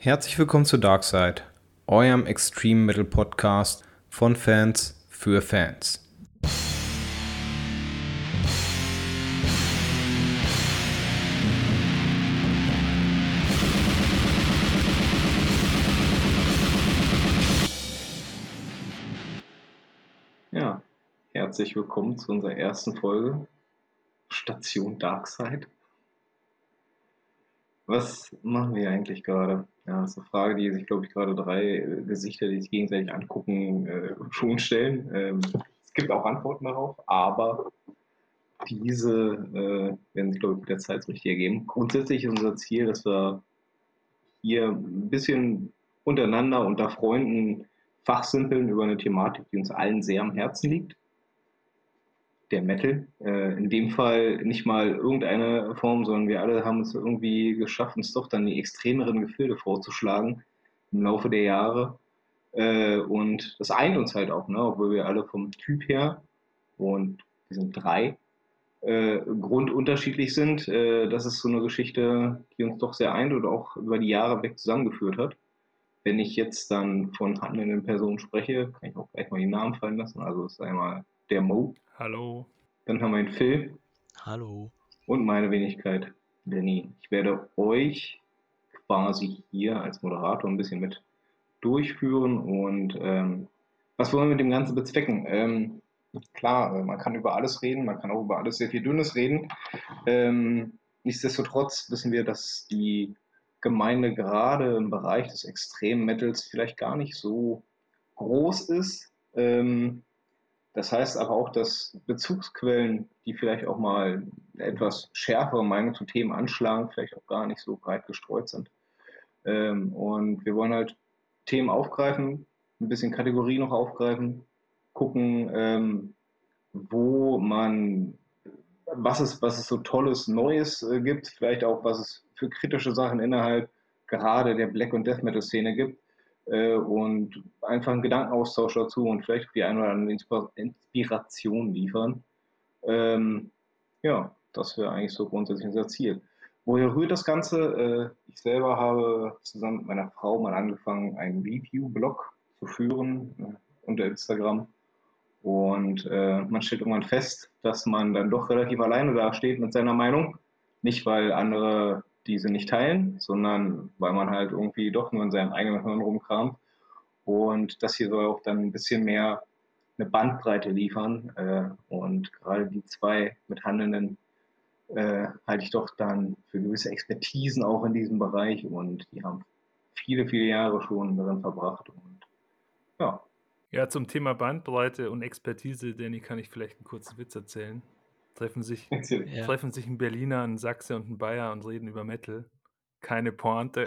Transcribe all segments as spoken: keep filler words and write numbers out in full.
Herzlich willkommen zu Darkside, eurem Extreme Metal Podcast von Fans für Fans. Ja, herzlich willkommen zu unserer ersten Folge Station Darkside. Was machen wir eigentlich gerade? Ja, das ist eine Frage, die sich, glaube ich, gerade drei äh, Gesichter, die sich gegenseitig angucken, äh, schon stellen. Ähm, es gibt auch Antworten darauf, aber diese äh, werden sich, glaube ich, mit der Zeit so richtig ergeben. Grundsätzlich ist unser Ziel, dass wir hier ein bisschen untereinander, unter Freunden fachsimpeln über eine Thematik, die uns allen sehr am Herzen liegt. Der Metal. Äh, in dem Fall nicht mal irgendeine Form, sondern wir alle haben es irgendwie geschafft, uns doch dann die extremeren Gefilde vorzuschlagen im Laufe der Jahre. Äh, und das eint uns halt auch, ne? Obwohl wir alle vom Typ her, und wir sind drei, äh, grundunterschiedlich sind. Äh, das ist so eine Geschichte, die uns doch sehr eint und auch über die Jahre weg zusammengeführt hat. Wenn ich jetzt dann von handelnden Personen spreche, kann ich auch gleich mal die Namen fallen lassen. Also es ist einmal der Mo. Hallo. Dann haben wir den Phil. Hallo. Und meine Wenigkeit, Lenny. Ich werde euch quasi hier als Moderator ein bisschen mit durchführen. Und ähm, was wollen wir mit dem Ganzen bezwecken? Ähm, klar, man kann über alles reden, man kann auch über alles sehr viel Dünnes reden. Ähm, nichtsdestotrotz wissen wir, dass die Gemeinde gerade im Bereich des Extrem-Metals vielleicht gar nicht so groß ist. Ähm, das heißt aber auch, dass Bezugsquellen, die vielleicht auch mal eine etwas schärfere Meinung zu Themen anschlagen, vielleicht auch gar nicht so breit gestreut sind. Ähm, und wir wollen halt Themen aufgreifen, ein bisschen Kategorie noch aufgreifen, gucken, ähm, wo man, was es, was es so Tolles, Neues äh, gibt, vielleicht auch, was es für kritische Sachen innerhalb gerade der Black- und Death Metal-Szene gibt äh, und einfach einen Gedankenaustausch dazu und vielleicht die eine oder andere Inspiration liefern. Ähm, ja, das wäre eigentlich so grundsätzlich unser Ziel. Woher rührt das Ganze? Äh, ich selber habe zusammen mit meiner Frau mal angefangen, einen Review-Blog zu führen äh, unter Instagram. Und äh, man stellt irgendwann fest, dass man dann doch relativ alleine dasteht mit seiner Meinung. Nicht, weil andere diese nicht teilen, sondern weil man halt irgendwie doch nur in seinem eigenen Hirn rumkramt. Und das hier soll auch dann ein bisschen mehr eine Bandbreite liefern. Äh, und gerade die zwei mit Handelnden äh, halte ich doch dann für gewisse Expertisen auch in diesem Bereich. Und die haben viele, viele Jahre schon darin verbracht. Und ja. Ja, zum Thema Bandbreite und Expertise, Danny, kann ich vielleicht einen kurzen Witz erzählen. Treffen sich, Ja. treffen sich ein Berliner, ein Sachse und ein Bayer und reden über Metal. Keine Pointe.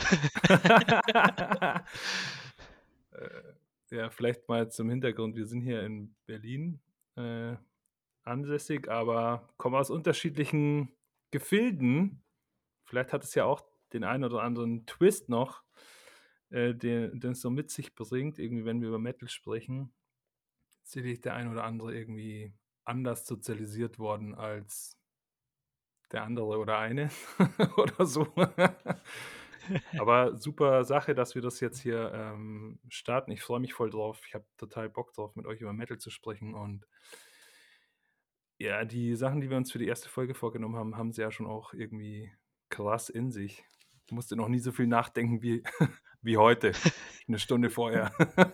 äh, ja, vielleicht mal zum Hintergrund. Wir sind hier in Berlin äh, ansässig, aber kommen aus unterschiedlichen Gefilden. Vielleicht hat es ja auch den einen oder anderen Twist noch, äh, den, den es so mit sich bringt, irgendwie, wenn wir über Metal sprechen. Sicherlich der ein oder andere irgendwie anders sozialisiert worden als der andere oder eine oder so. Aber super Sache, dass wir das jetzt hier ähm, starten. Ich freue mich voll drauf. Ich habe total Bock drauf, mit euch über Metal zu sprechen. Und ja, die Sachen, die wir uns für die erste Folge vorgenommen haben, haben sie ja schon auch irgendwie krass in sich. Ich musste noch nie so viel nachdenken wie, wie heute, eine Stunde vorher.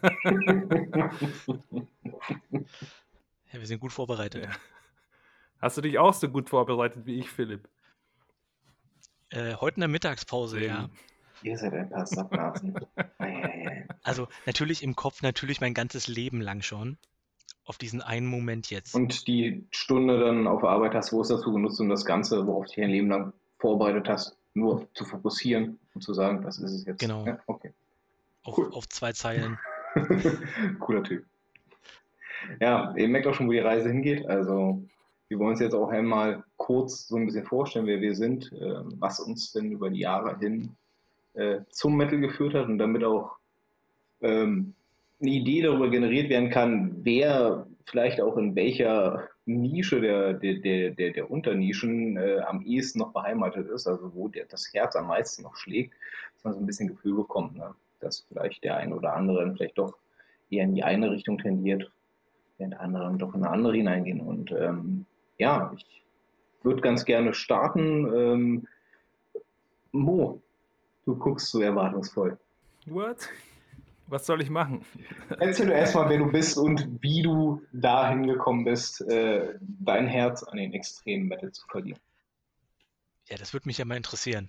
Ja, wir sind gut vorbereitet. Ja. Hast du dich auch so gut vorbereitet wie ich, Philipp? Äh, heute in der Mittagspause, Sehr ja. gut. Ihr seid ein paar Sacknasen. Also natürlich im Kopf, natürlich mein ganzes Leben lang schon. Auf diesen einen Moment jetzt. Und die Stunde dann auf Arbeit hast du es dazu genutzt, um das Ganze, worauf du dich ein Leben lang vorbereitet hast, nur zu fokussieren und zu sagen, das ist es jetzt. Genau. Ja, okay. Auf, Cool. auf zwei Zeilen. Cooler Typ. Ja, ihr merkt auch schon, wo die Reise hingeht. Also wir wollen uns jetzt auch einmal kurz so ein bisschen vorstellen, wer wir sind, äh, was uns denn über die Jahre hin äh, zum Metal geführt hat und damit auch ähm, eine Idee darüber generiert werden kann, wer vielleicht auch in welcher Nische der, der, der, der, der Unternischen äh, am ehesten noch beheimatet ist, also wo der, das Herz am meisten noch schlägt. dass man so ein bisschen Gefühl bekommt, ne? Dass vielleicht der eine oder andere vielleicht doch eher in die eine Richtung tendiert, während andere dann doch in eine andere hineingehen. Und ähm, ja, ich würde ganz gerne starten. Ähm, Mo, du guckst so erwartungsvoll. What? Was soll ich machen? Erzähl du erstmal, wer du bist und wie du dahin gekommen bist, äh, dein Herz an den extremen Metal zu verlieren. Ja, das würde mich ja mal interessieren.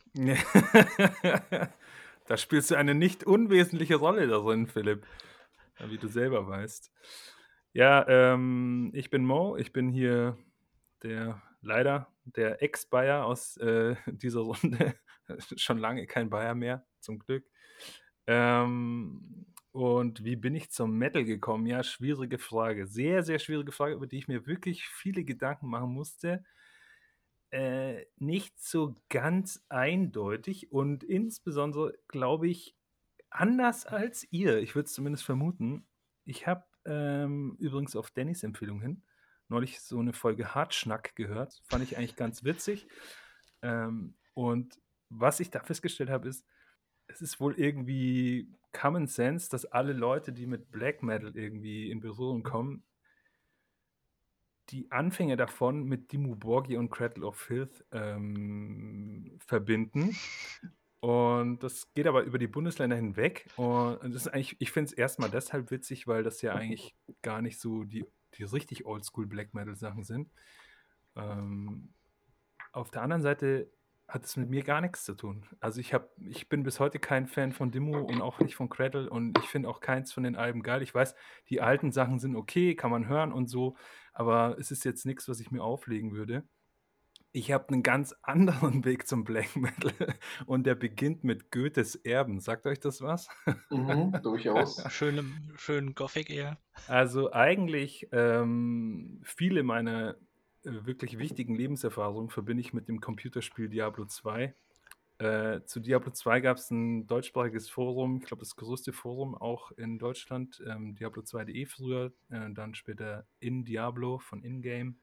Da spielst du eine nicht unwesentliche Rolle darin, Philipp, wie du selber weißt. Ja, ähm, ich bin Mo, ich bin hier der, leider, der Ex-Bayer aus äh, dieser Runde. Schon lange kein Bayer mehr, zum Glück. Ähm, und wie bin ich zum Metal gekommen? Ja, schwierige Frage. Sehr, sehr schwierige Frage, über die ich mir wirklich viele Gedanken machen musste. Äh, nicht so ganz eindeutig und insbesondere, glaube ich, anders als ihr. Ich würde es zumindest vermuten. Ich habe ähm, übrigens auf Dannys Empfehlung hin neulich so eine Folge Hartschnack gehört. Fand ich eigentlich ganz witzig. Ähm, und was ich da festgestellt habe, ist, es ist wohl irgendwie Common Sense, dass alle Leute, die mit Black Metal irgendwie in Berührung kommen, die Anfänge davon mit Dimmu Borgir und Cradle of Filth ähm, verbinden. Und das geht aber über die Bundesländer hinweg. Und das ist eigentlich, ich finde es erstmal deshalb witzig, weil das ja eigentlich gar nicht so die, die richtig Oldschool Black Metal Sachen sind. Ähm, auf der anderen Seite hat es mit mir gar nichts zu tun. Also ich habe, ich bin bis heute kein Fan von Dimmu und auch nicht von Cradle und ich finde auch keins von den Alben geil. Ich weiß, die alten Sachen sind okay, kann man hören und so, aber es ist jetzt nichts, was ich mir auflegen würde. Ich habe einen ganz anderen Weg zum Black Metal und der beginnt mit Goethes Erben. Sagt euch das was? Mhm, durchaus. Schön, schön Gothic eher. Also eigentlich ähm, viele meiner äh, wirklich wichtigen Lebenserfahrungen verbinde ich mit dem Computerspiel Diablo zwei. Äh, zu Diablo zwei gab es ein deutschsprachiges Forum, ich glaube das größte Forum auch in Deutschland, ähm, Diablo zwei punkt de früher, äh, dann später in Diablo von Ingame.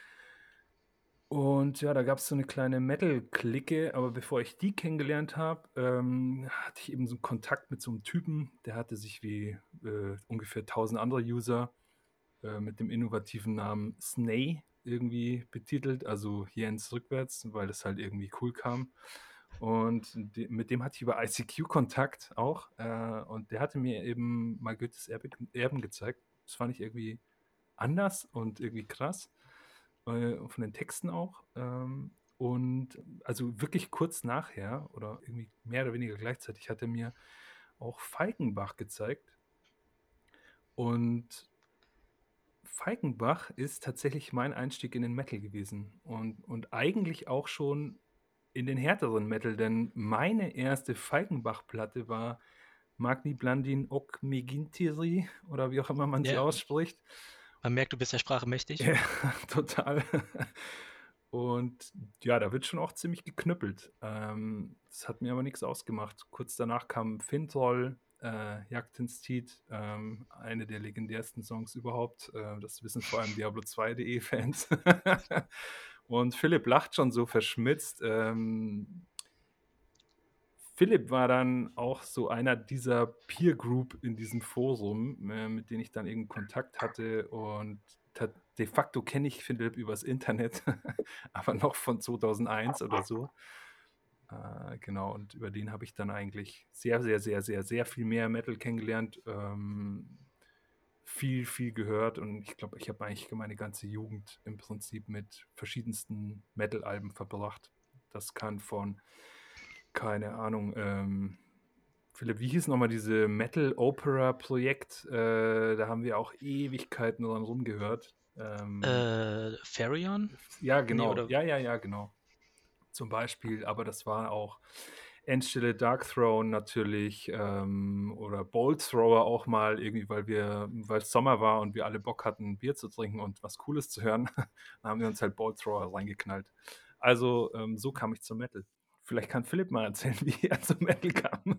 Und ja, da gab es so eine kleine Metal-Clique, aber bevor ich die kennengelernt habe, ähm, hatte ich eben so einen Kontakt mit so einem Typen, der hatte sich wie äh, ungefähr tausend andere User äh, mit dem innovativen Namen Snay irgendwie betitelt, also Jens rückwärts, weil das halt irgendwie cool kam. Und de mit dem hatte ich über I C Q Kontakt auch. Äh, und der hatte mir eben mal Goethes Erbe Erben gezeigt. Das fand ich irgendwie anders und irgendwie krass. Äh, von den Texten auch. Ähm, und also wirklich kurz nachher oder irgendwie mehr oder weniger gleichzeitig hat er mir auch Falkenbach gezeigt. Und Falkenbach ist tatsächlich mein Einstieg in den Metal gewesen. Und, und eigentlich auch schon in den härteren Metal, denn meine erste Falkenbach-Platte war Magni Blandin Ok Megintiri oder wie auch immer man sie Ja, ausspricht. man merkt, du bist der Sprache mächtig. Ja, total. Und ja, da wird schon auch ziemlich geknüppelt. Ähm, das hat mir aber nichts ausgemacht. Kurz danach kam Fintroll, äh, Jagd ins Tiet, ähm, eine der legendärsten Songs überhaupt. Äh, das wissen vor allem Diablo zwei punkt de Fans. Und Philipp lacht schon so verschmitzt. Ähm, Philipp war dann auch so einer dieser Peer Group in diesem Forum, äh, mit denen ich dann irgendeinen Kontakt hatte und ta- de facto kenne ich Philipp übers Internet, aber noch von zweitausendeins oder so. Äh, genau, und über den habe ich dann eigentlich sehr, sehr, sehr, sehr, sehr viel mehr Metal kennengelernt, ähm, viel, viel gehört und ich glaube, ich habe eigentlich meine ganze Jugend im Prinzip mit verschiedensten Metal-Alben verbracht. Das kann von keine Ahnung. Ähm, Philipp, wie hieß nochmal diese Metal-Opera-Projekt? Äh, da haben wir auch Ewigkeiten dran rumgehört. Ähm, Äh, Farion? ja, Nee, genau. oder? Ja, ja, ja, genau. Zum Beispiel, aber das war auch Endstille Dark Throne natürlich ähm, oder Bolt Thrower auch mal irgendwie, weil wir, weil es Sommer war und wir alle Bock hatten, Bier zu trinken und was Cooles zu hören, dann haben wir uns halt Bolt Thrower reingeknallt. Also ähm, so kam ich zum Metal. Vielleicht kann Philipp mal erzählen, wie er zum Metal kam.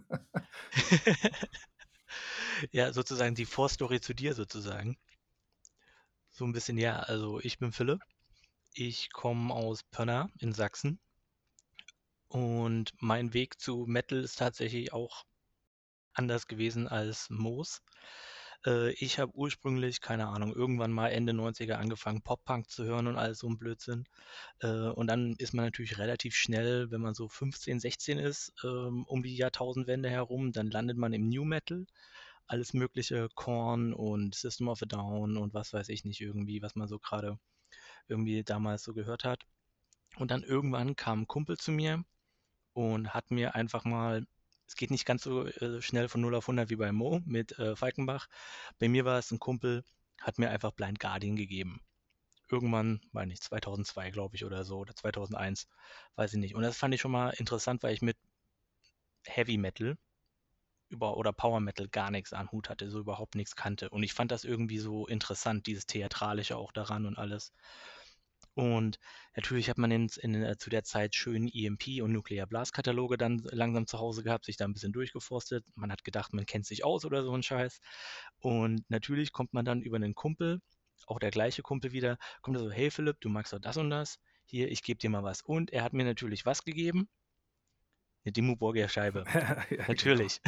Ja, sozusagen die Vorstory zu dir sozusagen. So ein bisschen, ja, also ich bin Philipp. Ich komme aus Pönna in Sachsen Und mein Weg zu Metal ist tatsächlich auch anders gewesen als Moos. Äh, ich habe ursprünglich, keine Ahnung, irgendwann mal Ende neunziger angefangen, Pop-Punk zu hören und all so ein Blödsinn. Äh, und dann ist man natürlich relativ schnell, wenn man so fünfzehn, sechzehn ist, ähm, um die Jahrtausendwende herum, dann landet man im New Metal. Alles mögliche, Korn und System of a Down und was weiß ich nicht irgendwie, was man so gerade irgendwie damals so gehört hat. Und dann irgendwann kam ein Kumpel zu mir und hat mir einfach mal, es geht nicht ganz so äh, schnell von null auf hundert wie bei Mo mit äh, Falkenbach. Bei mir war es ein Kumpel, hat mir einfach Blind Guardian gegeben. Irgendwann, meine ich, zweitausendzwei, glaube ich, oder so, oder zweitausendeins, weiß ich nicht. Und das fand ich schon mal interessant, weil ich mit Heavy Metal über oder Power Metal gar nichts am Hut hatte, so überhaupt nichts kannte. Und ich fand das irgendwie so interessant, dieses Theatralische auch daran und alles. Und natürlich hat man in, in, äh, zu der Zeit schön E M P und Nuclear Blast Kataloge dann langsam zu Hause gehabt, sich da ein bisschen durchgeforstet. Man hat gedacht, man kennt sich aus oder so ein Scheiß. Und natürlich kommt man dann über einen Kumpel, auch der gleiche Kumpel wieder, kommt er so, hey Philipp, du magst doch das und das. Hier, ich gebe dir mal was. Und er hat mir natürlich was gegeben? Eine Dimmu Borgir Scheibe. Ja, genau. Natürlich.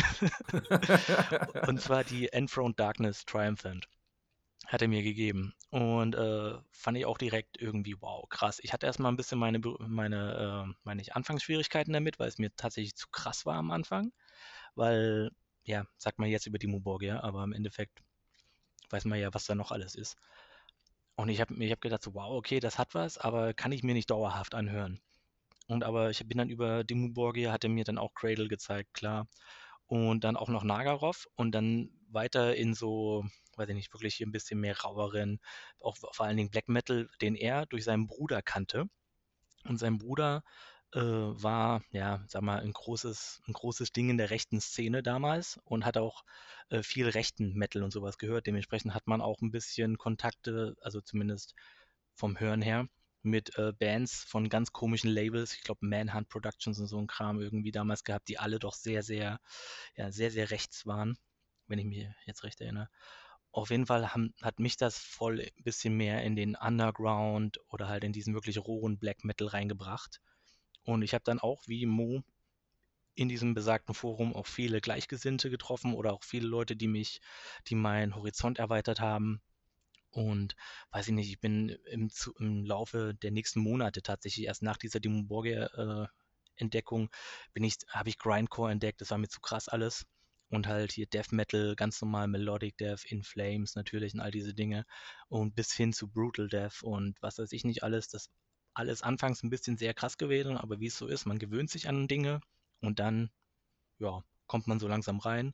Und zwar die Enthroned Darkness Triumphant. Hat er mir gegeben. Und äh, fand ich auch direkt irgendwie, wow, krass. Ich hatte erstmal ein bisschen meine, Be- meine, äh, meine ich, Anfangsschwierigkeiten damit, weil es mir tatsächlich zu krass war am Anfang. Weil, ja, sagt man jetzt über die Muborgia, aber im Endeffekt weiß man ja, was da noch alles ist. Und ich habe ich hab gedacht, so, wow, okay, das hat was, aber kann ich mir nicht dauerhaft anhören. Und aber ich bin dann über die Muborgia, hatte mir dann auch Cradle gezeigt, klar. Und dann auch noch Nagarov und dann weiter in so, weiß ich nicht, wirklich hier ein bisschen mehr raueren, auch vor allen Dingen Black Metal, den er durch seinen Bruder kannte. Und sein Bruder äh, war, ja, sag mal, ein großes, ein großes Ding in der rechten Szene damals und hat auch äh, viel rechten Metal und sowas gehört. Dementsprechend hat man auch ein bisschen Kontakte, also zumindest vom Hören her, mit äh, Bands von ganz komischen Labels, ich glaube Manhunt Productions und so ein Kram irgendwie damals gehabt, die alle doch sehr, sehr, ja, sehr, sehr rechts waren, wenn ich mich jetzt recht erinnere. Auf jeden Fall haben, hat mich das voll ein bisschen mehr in den Underground oder halt in diesen wirklich rohen Black Metal reingebracht. Und ich habe dann auch wie Mo in diesem besagten Forum auch viele Gleichgesinnte getroffen oder auch viele Leute, die mich, die meinen Horizont erweitert haben. Und weiß ich nicht, ich bin im, Zu- im Laufe der nächsten Monate tatsächlich erst nach dieser Dimmu Borgir äh, Entdeckung bin ich, habe ich Grindcore entdeckt, das war mir zu krass alles. Und halt hier Death Metal, ganz normal Melodic Death, In Flames natürlich und all diese Dinge. Und bis hin zu Brutal Death und was weiß ich nicht alles. Das alles anfangs ein bisschen sehr krass gewesen, aber wie es so ist, man gewöhnt sich an Dinge und dann, ja, kommt man so langsam rein.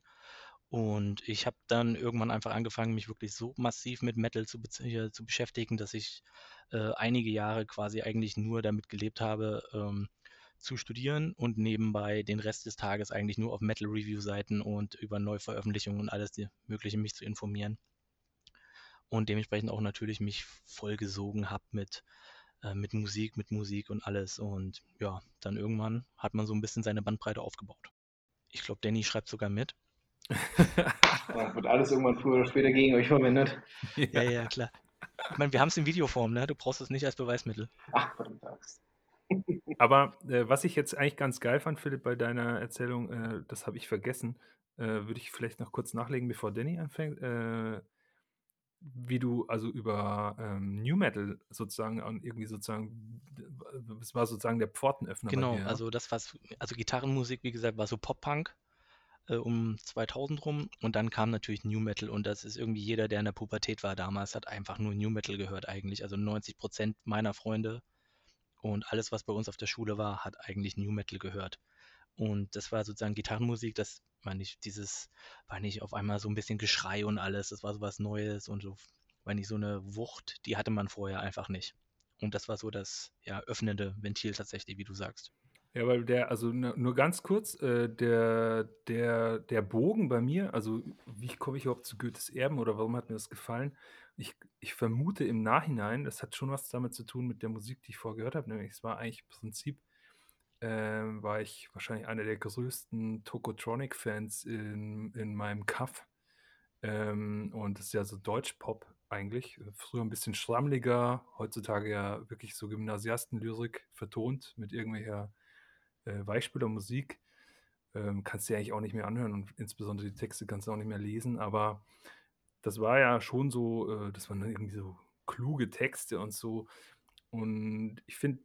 Und ich habe dann irgendwann einfach angefangen, mich wirklich so massiv mit Metal zu, bez- äh, zu beschäftigen, dass ich äh, einige Jahre quasi eigentlich nur damit gelebt habe, ähm, zu studieren und nebenbei den Rest des Tages eigentlich nur auf Metal-Review-Seiten und über Neuveröffentlichungen und alles die- Mögliche mich zu informieren. Und dementsprechend auch natürlich mich vollgesogen habe mit, äh, mit Musik, mit Musik und alles. Und ja, dann irgendwann hat man so ein bisschen seine Bandbreite aufgebaut. Ich glaube, Danny schreibt sogar mit. Ja, wird alles irgendwann früher oder später gegen euch verwendet. Ja, ja, klar. Ich meine, wir haben es in Videoform, ne? Du brauchst es nicht als Beweismittel. Ach, verdammte Axt. Aber äh, was ich jetzt eigentlich ganz geil fand, Philipp, bei deiner Erzählung, äh, das habe ich vergessen, äh, würde ich vielleicht noch kurz nachlegen, bevor Danny anfängt, äh, wie du also über ähm, New Metal sozusagen und irgendwie sozusagen, es war sozusagen der Pfortenöffner bei Genau, dir, ja? also das was, also Gitarrenmusik, wie gesagt, war so Pop-Punk äh, um zweitausend rum und dann kam natürlich New Metal und das ist irgendwie jeder, der in der Pubertät war damals, hat einfach nur New Metal gehört eigentlich. Also neunzig Prozent meiner Freunde und alles, was bei uns auf der Schule war, hat eigentlich New Metal gehört. Und das war sozusagen Gitarrenmusik, das meine ich, dieses, war nicht auf einmal so ein bisschen Geschrei und alles, das war so was Neues und so, war nicht so eine Wucht, die hatte man vorher einfach nicht. Und das war so das, ja, öffnende Ventil tatsächlich, wie du sagst. Ja, weil der, also nur nur ganz kurz, äh, der, der, der Bogen bei mir, also wie komme ich überhaupt zu Goethes Erben oder warum hat mir das gefallen? Ich, ich vermute im Nachhinein, das hat schon was damit zu tun mit der Musik, die ich vorher gehört habe, nämlich es war eigentlich im Prinzip, ähm, war ich wahrscheinlich einer der größten Tokotronic-Fans in, in meinem Kaff. Ähm, und das ist ja so Deutschpop eigentlich. Früher ein bisschen schrammliger, heutzutage ja wirklich so Gymnasiastenlyrik vertont mit irgendwelcher äh, Weichspülermusik ähm, kannst du ja eigentlich auch nicht mehr anhören und insbesondere die Texte kannst du auch nicht mehr lesen, aber das war ja schon so, äh, das waren dann irgendwie so kluge Texte und so. Und ich finde,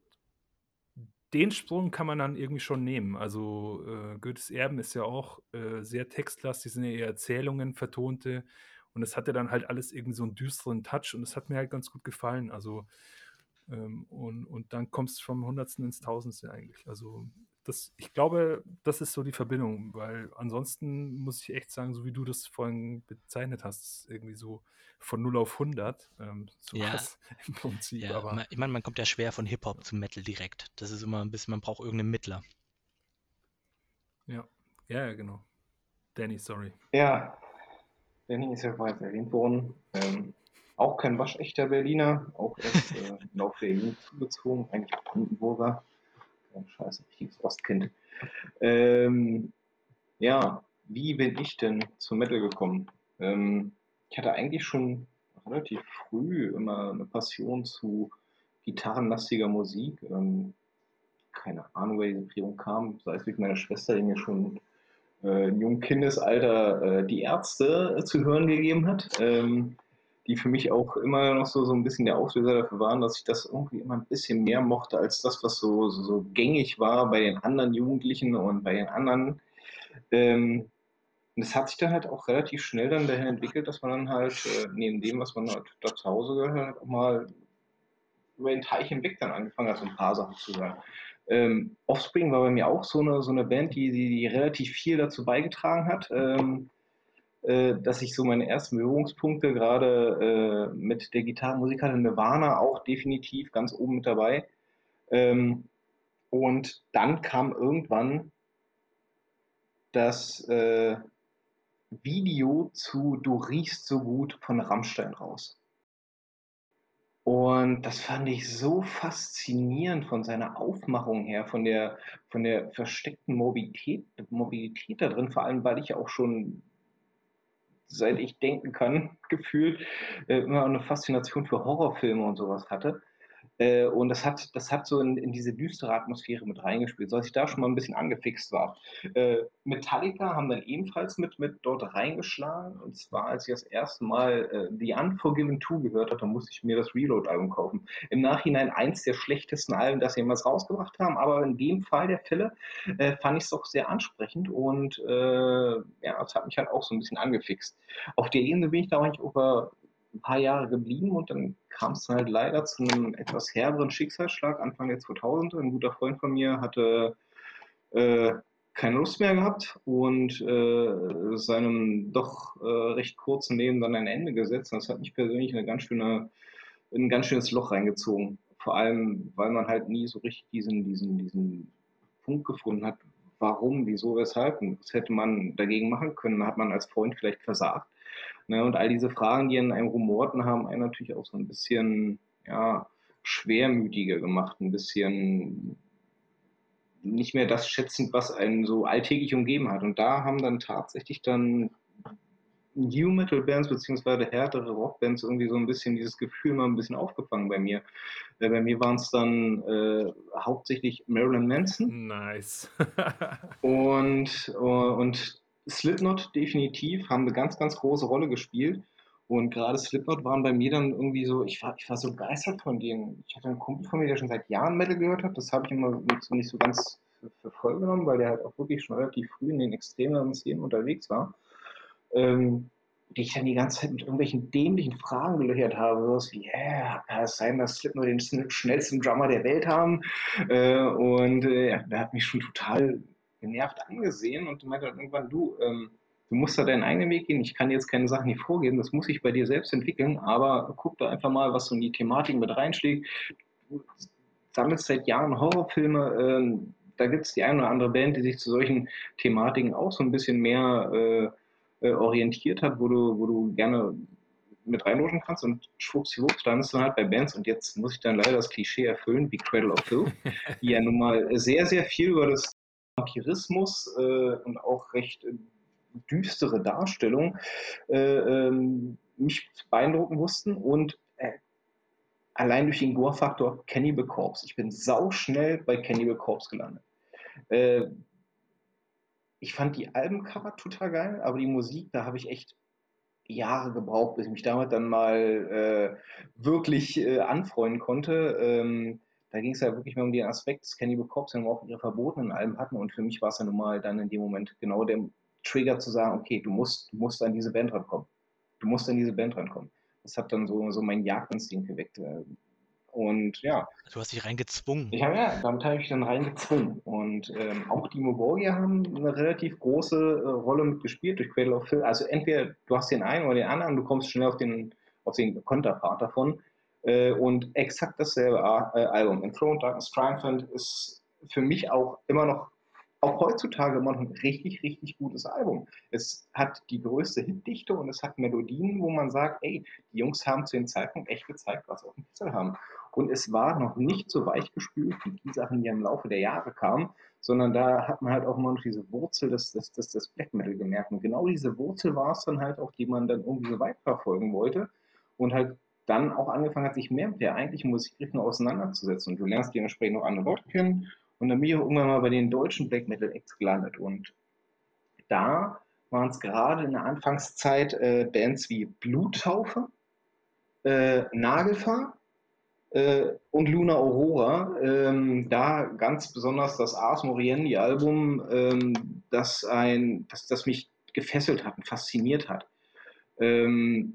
den Sprung kann man dann irgendwie schon nehmen. Also äh, Goethes Erben ist ja auch äh, sehr textlastig, sind ja eher Erzählungen, vertonte. Und es hatte dann halt alles irgendwie so einen düsteren Touch und das hat mir halt ganz gut gefallen. Also ähm, und, und dann kommst du vom Hundertsten ins Tausendste eigentlich. Also das, ich glaube, das ist so die Verbindung, weil ansonsten muss ich echt sagen, so wie du das vorhin bezeichnet hast, ist irgendwie so von null auf hundert, ähm, Ja, sowas im Prinzip, ja. aber ma- Ich meine, man kommt ja schwer von Hip-Hop zum Metal direkt. Das ist immer ein bisschen, man braucht irgendeinen Mittler. ja, ja, ja, genau. Danny, sorry. Ja, Danny ist ja bereits erwähnt worden. Ähm, auch kein waschechter Berliner, auch erst äh, im Laufe der Jugend zugezogen, eigentlich Brandenburger. Ja, scheiße, richtiges Ostkind. Ähm, ja, wie bin ich denn zum Metal gekommen? Ähm, ich hatte eigentlich schon relativ früh immer eine Passion zu gitarrenlastiger Musik. Ähm, keine Ahnung, woher diese Prägung kam, sei es durch meine Schwester, die mir schon äh, im jungen Kindesalter äh, die Ärzte äh, zu hören gegeben hat, ähm, die für mich auch immer noch so, so ein bisschen der Auslöser dafür waren, dass ich das irgendwie immer ein bisschen mehr mochte als das, was so, so, so gängig war bei den anderen Jugendlichen und bei den anderen. Ähm, und es hat sich dann halt auch relativ schnell dann dahin entwickelt, dass man dann halt äh, neben dem, was man halt da zu Hause gehört hat, auch mal über den Teich hinweg dann angefangen hat, so ein paar Sachen zu hören. Ähm, Offspring war bei mir auch so eine, so eine Band, die, die, die relativ viel dazu beigetragen hat, ähm, äh, dass ich so meine ersten Berührungspunkte gerade äh, mit der Gitarrenmusik hatte. Nirvana auch definitiv ganz oben mit dabei. Ähm, und dann kam irgendwann das äh, Video zu Du riechst so gut von Rammstein raus. Und das fand ich so faszinierend von seiner Aufmachung her, von der, von der versteckten Mobilität, Mobilität da drin, vor allem weil ich auch schon seit ich denken kann, gefühlt, äh, immer eine Faszination für Horrorfilme und sowas hatte. Äh, und das hat, das hat so in, in diese düstere Atmosphäre mit reingespielt, sodass ich da schon mal ein bisschen angefixt war. Äh, Metallica haben dann ebenfalls mit, mit dort reingeschlagen. Und zwar, als ich das erste Mal äh, The Unforgiven zwei gehört habe, musste ich mir das Reload-Album kaufen. Im Nachhinein eins der schlechtesten Alben, das sie jemals rausgebracht haben. Aber in dem Fall der Fälle äh, fand ich es doch sehr ansprechend. Und äh, ja, es hat mich halt auch so ein bisschen angefixt. Auf der Ebene bin ich da eigentlich über ein paar Jahre geblieben und dann kam es halt leider zu einem etwas herberen Schicksalsschlag Anfang der zweitausender. Ein guter Freund von mir hatte äh, keine Lust mehr gehabt und äh, seinem doch äh, recht kurzen Leben dann ein Ende gesetzt. Und das hat mich persönlich eine ganz schöne, in ein ganz schönes Loch reingezogen. Vor allem, weil man halt nie so richtig diesen, diesen, diesen Punkt gefunden hat, warum, wieso, weshalb. Und was hätte man dagegen machen können? Hat man als Freund vielleicht versagt? Ne, und all diese Fragen, die in einem rumorten, haben einen natürlich auch so ein bisschen ja, schwermütiger gemacht, ein bisschen nicht mehr das schätzend, was einen so alltäglich umgeben hat. Und da haben dann tatsächlich dann New Metal Bands beziehungsweise härtere Rockbands irgendwie so ein bisschen dieses Gefühl mal ein bisschen aufgefangen bei mir. Äh, bei mir waren es dann äh, hauptsächlich Marilyn Manson Nice. und, äh, und Slipknot definitiv haben eine ganz, ganz große Rolle gespielt. Und gerade Slipknot waren bei mir dann irgendwie so, ich war, ich war so begeistert von denen. Ich hatte einen Kumpel von mir, der schon seit Jahren Metal gehört hat. Das habe ich immer nicht so, nicht so ganz für, für voll genommen, weil der halt auch wirklich schon relativ früh in den extremeren Szenen unterwegs war. Ähm, die ich dann die ganze Zeit mit irgendwelchen dämlichen Fragen gelöchert habe. Sowas wie, yeah, kann es sein, dass Slipknot den schnellsten Drummer der Welt haben? Äh, und äh, ja, der hat mich schon total genervt angesehen und meinte dann irgendwann, du, ähm, du musst da deinen eigenen Weg gehen. Ich kann dir jetzt keine Sachen nicht vorgeben, das muss sich bei dir selbst entwickeln, aber guck da einfach mal, was so in die Thematik mit reinschlägt. Du sammelst seit Jahren Horrorfilme, ähm, da gibt es die eine oder andere Band, die sich zu solchen Thematiken auch so ein bisschen mehr äh, äh, orientiert hat, wo du, wo du gerne mit reinrutschen kannst und schwuppsiwupps landest du dann halt bei Bands und jetzt muss ich dann leider das Klischee erfüllen, wie Cradle of Filth, die ja nun mal sehr, sehr viel über das Vampirismus äh, und auch recht äh, düstere Darstellung äh, ähm, mich beeindrucken mussten und äh, allein durch den Gore-Faktor Cannibal Corpse. Ich bin sauschnell bei Cannibal Corpse gelandet. Äh, ich fand die Albencover total geil, aber die Musik, da habe ich echt Jahre gebraucht, bis ich mich damit dann mal äh, wirklich äh, anfreunden konnte. Ähm, da ging es ja wirklich mehr um den Aspekt, dass Cannibal Corpse dann auch ihre verbotenen Alben hatten und für mich war es ja nun mal dann in dem Moment genau der Trigger zu sagen, okay, du musst, du musst an diese Band rankommen. Du musst an diese Band rankommen. Das hat dann so, so meinen Jagdinstinkt geweckt. äh, Und ja, Du hast dich reingezwungen. ich habe ja, damit habe ich mich dann reingezwungen. Und ähm, auch die Moborgia haben eine relativ große äh, Rolle mitgespielt durch Cradle of Filth. Also entweder du hast den einen oder den anderen, du kommst schnell auf den, auf den Konterpart davon. Äh, und exakt dasselbe A- äh, Album. Enthroned Darkness Triumphant ist für mich auch immer noch, auch heutzutage immer noch ein richtig, richtig gutes Album. Es hat die größte Hitdichte und es hat Melodien, wo man sagt, ey, die Jungs haben zu dem Zeitpunkt echt gezeigt, was sie auf dem Kessel haben. Und es war noch nicht so weichgespült wie die Sachen, die im Laufe der Jahre kamen, sondern da hat man halt auch immer noch diese Wurzel des, des, des, des Black Metal gemerkt. Und genau diese Wurzel war es dann halt auch, die man dann irgendwie so weit verfolgen wollte und halt dann auch angefangen hat, sich mehr mit der eigentlichen Musikrichtung auseinanderzusetzen. Und du lernst dementsprechend noch andere Leute kennen. Und dann bin ich auch irgendwann mal bei den deutschen Black Metal Acts gelandet. Und da waren es gerade in der Anfangszeit äh, Bands wie Bluttaufe, äh, Nagelfahr äh, und Luna Aurora. Ähm, da ganz besonders das Ars Moriendi Album, ähm, das, ein, das, das mich gefesselt hat und fasziniert hat. Ähm,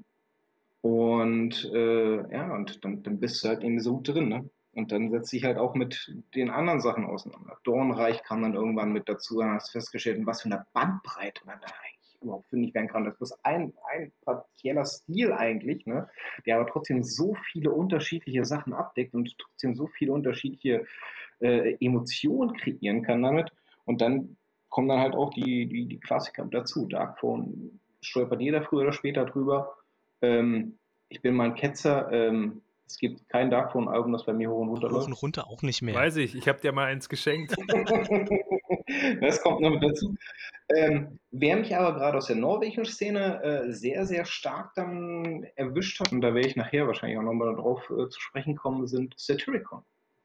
und äh, ja, und dann, dann bist du halt irgendwie so drin, ne? Und dann setzt sich halt auch mit den anderen Sachen auseinander. Dornreich kam dann irgendwann mit dazu, dann hast du festgestellt, in was für eine Bandbreite man da eigentlich überhaupt finde ich werden kann. Das ist bloß ein, ein partieller Stil eigentlich, ne? Der aber trotzdem so viele unterschiedliche Sachen abdeckt und trotzdem so viele unterschiedliche äh, Emotionen kreieren kann damit. Und dann kommen dann halt auch die, die, die Klassiker dazu. Darkphone stolpert jeder früher oder später drüber. Ähm, ich bin mal ein Ketzer. Ähm, es gibt kein Darkphone-Album, das bei mir hoch und runter Hoch und läuft. runter auch nicht mehr. Weiß ich, ich habe dir mal eins geschenkt. Das kommt noch mit dazu. Ähm, wer mich aber gerade aus der norwegischen Szene äh, sehr, sehr stark dann erwischt hat, und da werde ich nachher wahrscheinlich auch nochmal darauf äh, zu sprechen kommen, sind Satyricon.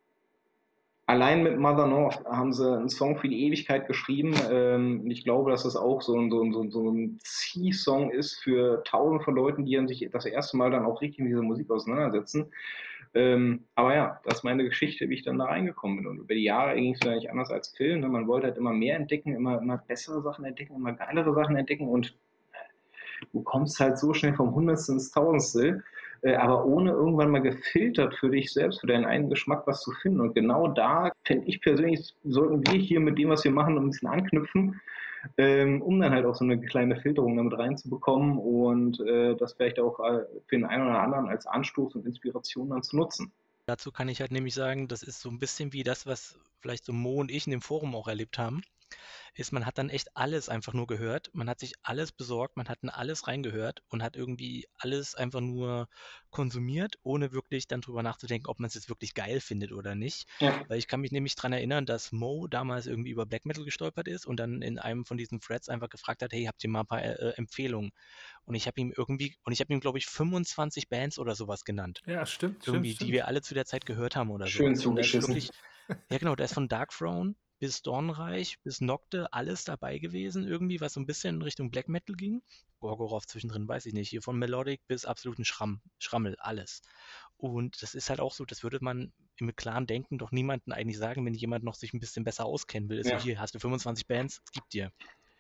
Allein mit Mother North haben sie einen Song für die Ewigkeit geschrieben. Ähm, ich glaube, dass das auch so ein, so ein, so ein, so ein Zieh-Song ist für tausende von Leuten, die sich das erste Mal dann auch richtig mit dieser Musik auseinandersetzen. Ähm, aber ja, das ist meine Geschichte, wie ich dann da reingekommen bin. Und über die Jahre ging es ja nicht anders als Film. Ne? Man wollte halt immer mehr entdecken, immer, immer bessere Sachen entdecken, immer geilere Sachen entdecken. Und du kommst halt so schnell vom Hundertstel ins Tausendstel, äh, aber ohne irgendwann mal gefiltert für dich selbst, für deinen eigenen Geschmack was zu finden. Und genau da, finde ich persönlich, sollten wir hier mit dem, was wir machen, ein bisschen anknüpfen, ähm, um dann halt auch so eine kleine Filterung damit reinzubekommen und äh, das vielleicht auch äh, für den einen oder anderen als Anstoß und Inspiration dann zu nutzen. Dazu kann ich halt nämlich sagen, das ist so ein bisschen wie das, was vielleicht so Mo und ich in dem Forum auch erlebt haben, ist, man hat dann echt alles einfach nur gehört. Man hat sich alles besorgt, man hat in alles reingehört und hat irgendwie alles einfach nur konsumiert, ohne wirklich dann drüber nachzudenken, ob man es jetzt wirklich geil findet oder nicht. Ja. Weil ich kann mich nämlich daran erinnern, dass Mo damals irgendwie über Black Metal gestolpert ist und dann in einem von diesen Threads einfach gefragt hat, hey, habt ihr mal ein paar äh, Empfehlungen? Und ich habe ihm irgendwie, und ich habe ihm, glaube ich, fünfundzwanzig Bands oder sowas genannt. Ja, stimmt, stimmt, Irgendwie, die stimmt. wir alle zu der Zeit gehört haben oder Schön sowas. Und da ist zugeschissen. wirklich, ja genau, da ist von Darkthrone bis Dornreich bis Nocte alles dabei gewesen, irgendwie, was so ein bisschen in Richtung Black Metal ging. Gorgoroth zwischendrin, weiß ich nicht. Hier von Melodic bis absoluten Schramm, Schrammel, alles. Und das ist halt auch so, das würde man im klaren Denken doch niemandem eigentlich sagen, wenn jemand noch sich ein bisschen besser auskennen will. Ist so, Ja. hier, hast du fünfundzwanzig Bands, es gibt dir.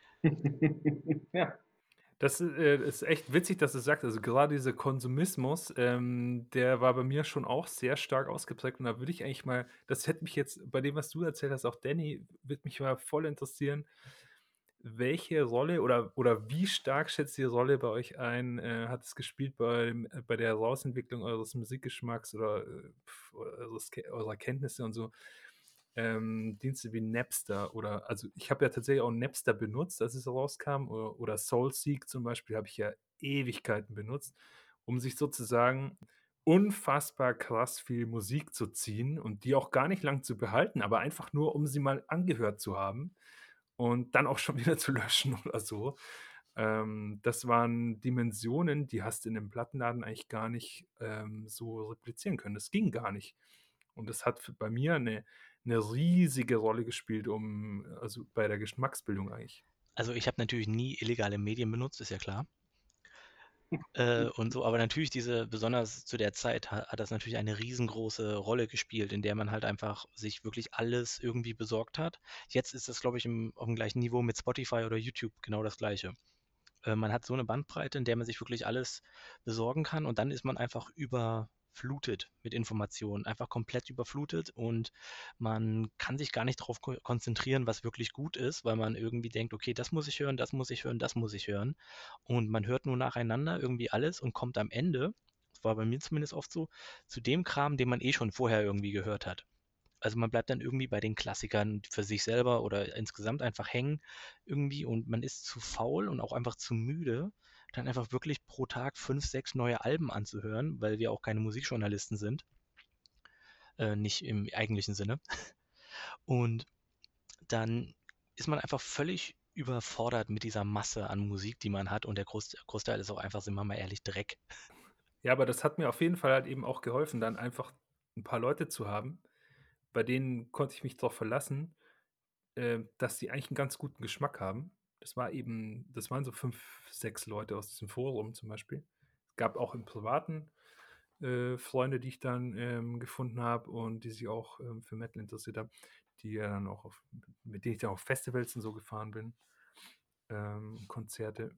Ja. Das äh, ist echt witzig, dass du sagst. Also gerade dieser Konsumismus, ähm, der war bei mir schon auch sehr stark ausgeprägt. Und da würde ich eigentlich mal, das hätte mich jetzt bei dem, was du erzählt hast, auch Danny, würde mich mal voll interessieren, welche Rolle oder, oder wie stark schätzt die Rolle bei euch ein, äh, hat es gespielt bei, äh, bei der Herausentwicklung eures Musikgeschmacks oder äh, pf, eures, Ke- eurer Kenntnisse und so? Ähm, Dienste wie Napster oder, also ich habe ja tatsächlich auch Napster benutzt, als es rauskam, oder, oder Soulseek zum Beispiel habe ich ja Ewigkeiten benutzt, um sich sozusagen unfassbar krass viel Musik zu ziehen und die auch gar nicht lang zu behalten, aber einfach nur, um sie mal angehört zu haben und dann auch schon wieder zu löschen oder so. Ähm, das waren Dimensionen, die hast du in einem Plattenladen eigentlich gar nicht ähm, so replizieren können. Das ging gar nicht. Und das hat für, bei mir eine, eine riesige Rolle gespielt, um, also bei der Geschmacksbildung eigentlich. Also ich habe natürlich nie illegale Medien benutzt, ist ja klar. Äh, und so, aber natürlich diese, besonders zu der Zeit ha- hat das natürlich eine riesengroße Rolle gespielt, in der man halt einfach sich wirklich alles irgendwie besorgt hat. Jetzt ist das, glaube ich, im, auf dem gleichen Niveau mit Spotify oder YouTube genau das Gleiche. Äh, man hat so eine Bandbreite, in der man sich wirklich alles besorgen kann und dann ist man einfach überflutet mit Informationen, einfach komplett überflutet und man kann sich gar nicht darauf ko konzentrieren, was wirklich gut ist, weil man irgendwie denkt, okay, das muss ich hören, das muss ich hören, das muss ich hören. Und man hört nur nacheinander irgendwie alles und kommt am Ende, das war bei mir zumindest oft so, zu dem Kram, den man eh schon vorher irgendwie gehört hat. Also man bleibt dann irgendwie bei den Klassikern für sich selber oder insgesamt einfach hängen irgendwie und man ist zu faul und auch einfach zu müde, dann einfach wirklich pro Tag fünf, sechs neue Alben anzuhören, weil wir auch keine Musikjournalisten sind, äh, nicht im eigentlichen Sinne. Und dann ist man einfach völlig überfordert mit dieser Masse an Musik, die man hat und der Groß Großteil ist auch einfach, sind wir mal ehrlich, Dreck. Ja, aber das hat mir auf jeden Fall halt eben auch geholfen, dann einfach ein paar Leute zu haben, bei denen konnte ich mich darauf verlassen, äh, dass sie eigentlich einen ganz guten Geschmack haben. Das war eben, das waren so fünf, sechs Leute aus diesem Forum zum Beispiel. Es gab auch im Privaten äh, Freunde, die ich dann ähm, gefunden habe und die sich auch ähm, für Metal interessiert haben, die ja dann auch auf, mit denen ich dann auf Festivals und so gefahren bin, ähm, Konzerte.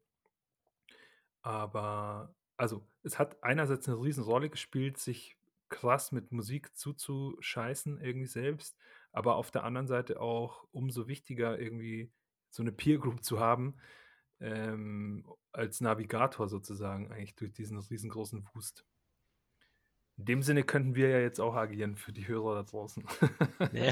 Aber also, es hat einerseits eine riesen Rolle gespielt, sich krass mit Musik zuzuscheißen irgendwie selbst, aber auf der anderen Seite auch umso wichtiger, irgendwie so eine Peer Group zu haben, ähm, als Navigator sozusagen eigentlich durch diesen riesengroßen Wust. In dem Sinne könnten wir ja jetzt auch agieren für die Hörer da draußen. Ja.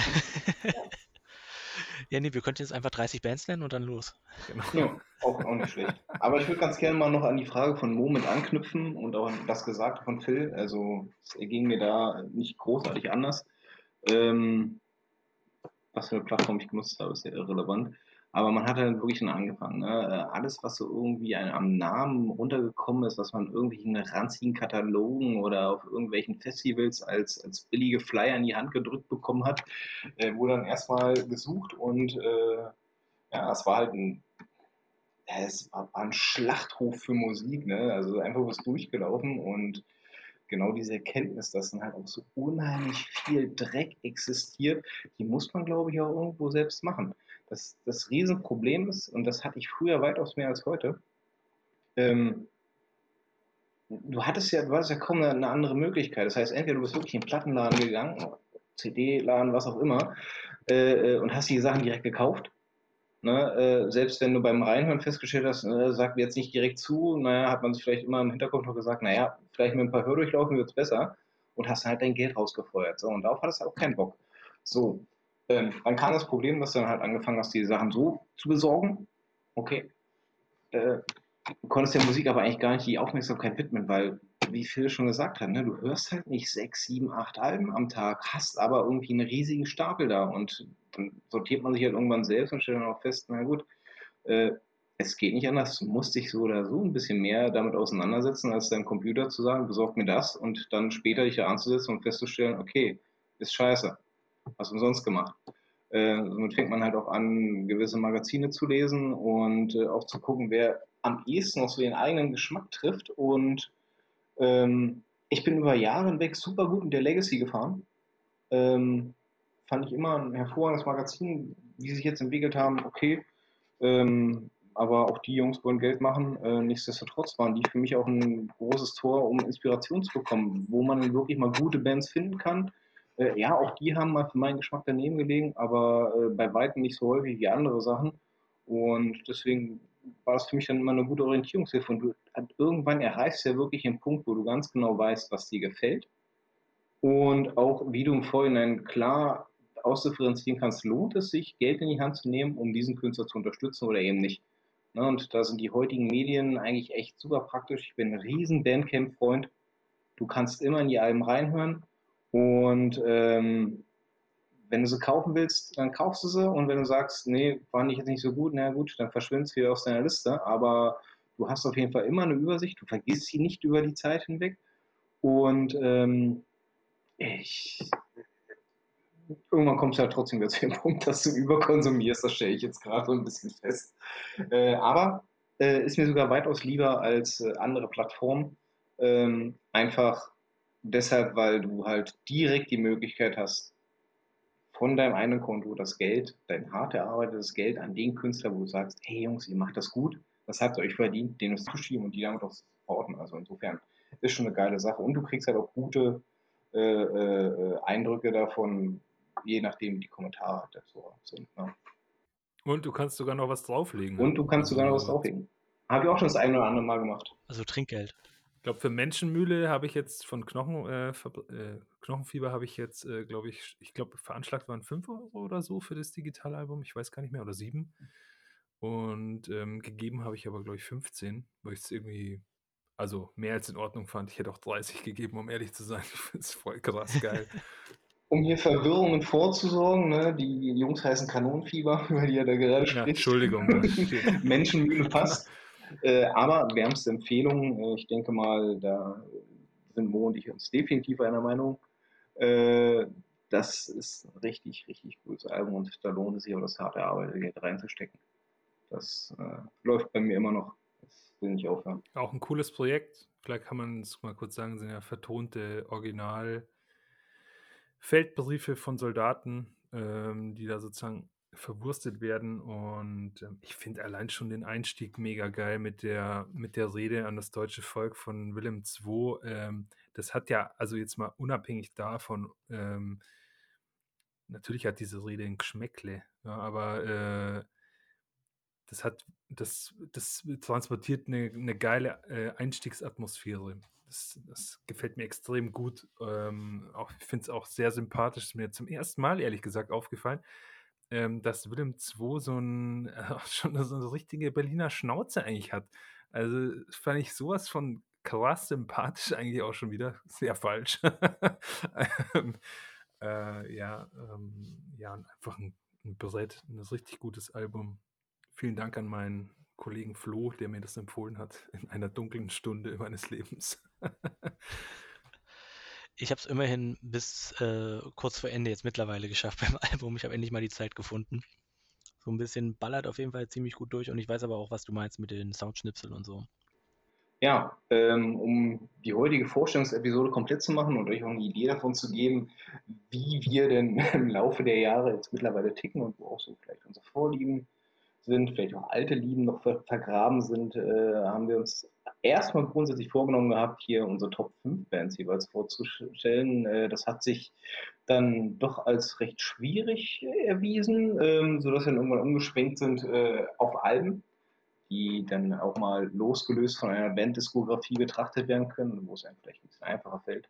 Ja, ne, wir könnten jetzt einfach dreißig Bands nennen und dann los. Genau. Ja, auch, auch nicht schlecht. Aber ich würde ganz gerne mal noch an die Frage von Mo mit anknüpfen und auch an das Gesagte von Phil. Also es ging mir da nicht großartig anders. Ähm, was für eine Plattform ich genutzt habe, ist ja irrelevant. Aber man hat dann wirklich schon angefangen. Ne? Äh, Alles, was so irgendwie ein, am Namen runtergekommen ist, was man irgendwie in ranzigen Katalogen oder auf irgendwelchen Festivals als, als billige Flyer in die Hand gedrückt bekommen hat, äh, wurde dann erstmal gesucht und äh, ja, es war halt ein, ja, es war ein Schlachthof für Musik, ne? Also einfach was durchgelaufen und genau diese Erkenntnis, dass dann halt auch so unheimlich viel Dreck existiert, die muss man, glaube ich, auch irgendwo selbst machen. Das, das Riesenproblem ist, und das hatte ich früher weitaus mehr als heute, ähm, du hattest ja, du hattest ja kaum eine, eine andere Möglichkeit. Das heißt, entweder du bist wirklich in den Plattenladen gegangen, C D-Laden, was auch immer, äh, äh, und hast die Sachen direkt gekauft. Ne, äh, selbst wenn du beim Reinhören festgestellt hast, äh, sagt mir jetzt nicht direkt zu, naja, hat man sich vielleicht immer im Hinterkopf noch gesagt, naja, vielleicht mit ein paar Hördurchlaufen wird es besser und hast halt dein Geld rausgefeuert. So, und darauf hattest du auch keinen Bock. So, ähm, dann kam das Problem, dass du dann halt angefangen hast, die Sachen so zu besorgen. Okay, äh, du konntest der Musik aber eigentlich gar nicht die Aufmerksamkeit widmen, weil, wie Phil schon gesagt hat, ne, du hörst halt nicht sechs, sieben, acht Alben am Tag, hast aber irgendwie einen riesigen Stapel da und dann sortiert man sich halt irgendwann selbst und stellt dann auch fest, na gut, äh, es geht nicht anders, du musst dich so oder so ein bisschen mehr damit auseinandersetzen, als deinem Computer zu sagen, besorg mir das und dann später dich da anzusetzen und festzustellen, okay, ist scheiße, hast du umsonst gemacht. Äh, somit fängt man halt auch an, gewisse Magazine zu lesen und äh, auch zu gucken, wer am ehesten noch so den eigenen Geschmack trifft. Und ähm, ich bin über Jahre hinweg super gut mit der Legacy gefahren. Ähm, Fand ich immer ein hervorragendes Magazin, wie sie sich jetzt entwickelt haben, okay. Ähm, aber auch die Jungs wollen Geld machen. Äh, nichtsdestotrotz waren die für mich auch ein großes Tor, um Inspiration zu bekommen, wo man wirklich mal gute Bands finden kann. Äh, ja, auch die haben mal für meinen Geschmack daneben gelegen, aber äh, bei weitem nicht so häufig wie andere Sachen. Und deswegen war das für mich dann immer eine gute Orientierungshilfe. Und du irgendwann erreichst du ja wirklich einen Punkt, wo du ganz genau weißt, was dir gefällt. Und auch, wie du im Vorhinein klar ausdifferenzieren kannst, lohnt es sich, Geld in die Hand zu nehmen, um diesen Künstler zu unterstützen oder eben nicht. Ne, und da sind die heutigen Medien eigentlich echt super praktisch. Ich bin ein riesen Bandcamp-Freund. Du kannst immer in die Alben reinhören und ähm, wenn du sie kaufen willst, dann kaufst du sie und wenn du sagst, nee, fand ich jetzt nicht so gut, na gut, dann verschwindest du wieder aus deiner Liste, aber du hast auf jeden Fall immer eine Übersicht, du vergisst sie nicht über die Zeit hinweg und ähm, ich irgendwann kommst du halt trotzdem wieder zu dem Punkt, dass du überkonsumierst, das stelle ich jetzt gerade so ein bisschen fest. Äh, aber äh, ist mir sogar weitaus lieber als äh, andere Plattformen. Ähm, einfach deshalb, weil du halt direkt die Möglichkeit hast, von deinem eigenen Konto das Geld, dein hart erarbeitetes Geld an den Künstler, wo du sagst, hey Jungs, ihr macht das gut, das habt ihr euch verdient, den zu schieben und die damit auch zu supporten. Also insofern ist schon eine geile Sache. Und du kriegst halt auch gute äh, äh, Eindrücke davon, je nachdem die Kommentare halt dazu sind. Ne? Und du kannst sogar noch was drauflegen. Und du kannst also, sogar noch was drauflegen. Habe ich auch schon das eine oder andere Mal gemacht. Also Trinkgeld. Ich glaube, für Menschenmühle habe ich jetzt von Knochen, äh, äh, Knochenfieber habe ich jetzt, äh, glaube ich, ich glaube, veranschlagt waren fünf Euro oder so für das Digitalalbum. Ich weiß gar nicht mehr, oder sieben. Und ähm, gegeben habe ich aber, glaube ich, fünfzehn, weil ich es irgendwie, also mehr als in Ordnung fand. Ich hätte auch dreißig gegeben, um ehrlich zu sein. Ich finde es voll krass geil. Um hier Verwirrungen vorzusorgen, ne? Die Jungs heißen Kanonenfieber, über die er da gerade Ja, spricht. Entschuldigung. Menschenmühle passt. Äh, aber wärmste Empfehlung, äh, ich denke mal, da sind Mo und ich uns definitiv einer Meinung. Äh, das ist ein richtig, richtig cooles Album und da lohnt es sich auch das harte Arbeit Geld reinzustecken. Das äh, läuft bei mir immer noch. Das will nicht aufhören. Auch ein cooles Projekt. Vielleicht kann man es mal kurz sagen, sind ja vertonte Original Feldbriefe von Soldaten, ähm, die da sozusagen verwurstet werden. Und ähm, ich finde allein schon den Einstieg mega geil mit der, mit der Rede an das deutsche Volk von Wilhelm der Zweite. Ähm, das hat ja, also jetzt mal unabhängig davon, ähm, natürlich hat diese Rede ein Geschmäckle, ja, aber äh, das hat, das, das transportiert eine, eine geile äh, Einstiegsatmosphäre. Das, das gefällt mir extrem gut. Ähm, auch, ich finde es auch sehr sympathisch. Ist mir zum ersten Mal, ehrlich gesagt, aufgefallen, ähm, dass Wilhelm der Zweite so ein, äh, schon so eine richtige Berliner Schnauze eigentlich hat. Also fand ich sowas von krass sympathisch eigentlich auch schon wieder. Sehr falsch. ähm, äh, ja, ähm, ja, einfach ein, ein Brett, ein richtig gutes Album. Vielen Dank an meinen Kollegen Flo, der mir das empfohlen hat in einer dunklen Stunde meines Lebens. Ich habe es immerhin bis äh, kurz vor Ende jetzt mittlerweile geschafft beim Album. Ich habe endlich mal die Zeit gefunden. So ein bisschen ballert auf jeden Fall ziemlich gut durch und ich weiß aber auch, was du meinst mit den Soundschnipseln und so. Ja, ähm, um die heutige Vorstellungsepisode komplett zu machen und euch auch eine Idee davon zu geben, wie wir denn im Laufe der Jahre jetzt mittlerweile ticken und wo auch so vielleicht unsere Vorlieben sind, vielleicht auch alte Lieben noch ver vergraben sind, äh, haben wir uns erstmal grundsätzlich vorgenommen gehabt, hier unsere Top fünf Bands jeweils vorzustellen. Äh, das hat sich dann doch als recht schwierig erwiesen, ähm, sodass wir dann irgendwann umgeschwenkt sind äh, auf Alben, die dann auch mal losgelöst von einer Banddiskografie betrachtet werden können, wo es einem vielleicht ein bisschen einfacher fällt.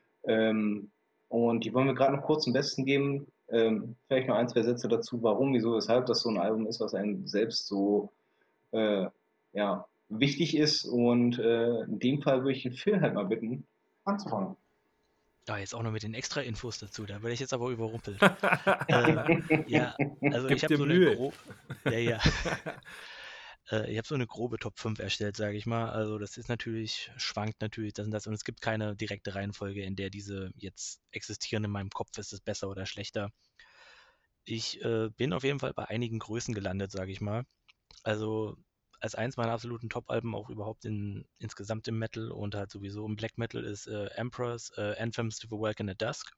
Ähm, und die wollen wir gerade noch kurz zum Besten geben. Ähm, vielleicht noch ein, zwei Sätze dazu, warum, wieso, weshalb das so ein Album ist, was einem selbst so äh, ja, wichtig ist. Und äh, in dem Fall würde ich den Phil halt mal bitten, anzufangen. Ja, jetzt auch noch mit den extra Infos dazu, da werde ich jetzt aber überrumpelt. äh, ja, also Gib ich habe dir so eine Mühe. grobe, ja, ja. äh, ich habe so eine grobe Top fünf erstellt, sage ich mal. Also das ist natürlich, schwankt natürlich das und das und es gibt keine direkte Reihenfolge, in der diese jetzt existieren in meinem Kopf, ist es besser oder schlechter. Ich äh, bin auf jeden Fall bei einigen Größen gelandet, sage ich mal. Also als eins meiner absoluten Top-Alben auch überhaupt in, insgesamt im Metal und halt sowieso im Black Metal ist äh, Emperor's äh, Anthems to the Welcome at Dusk.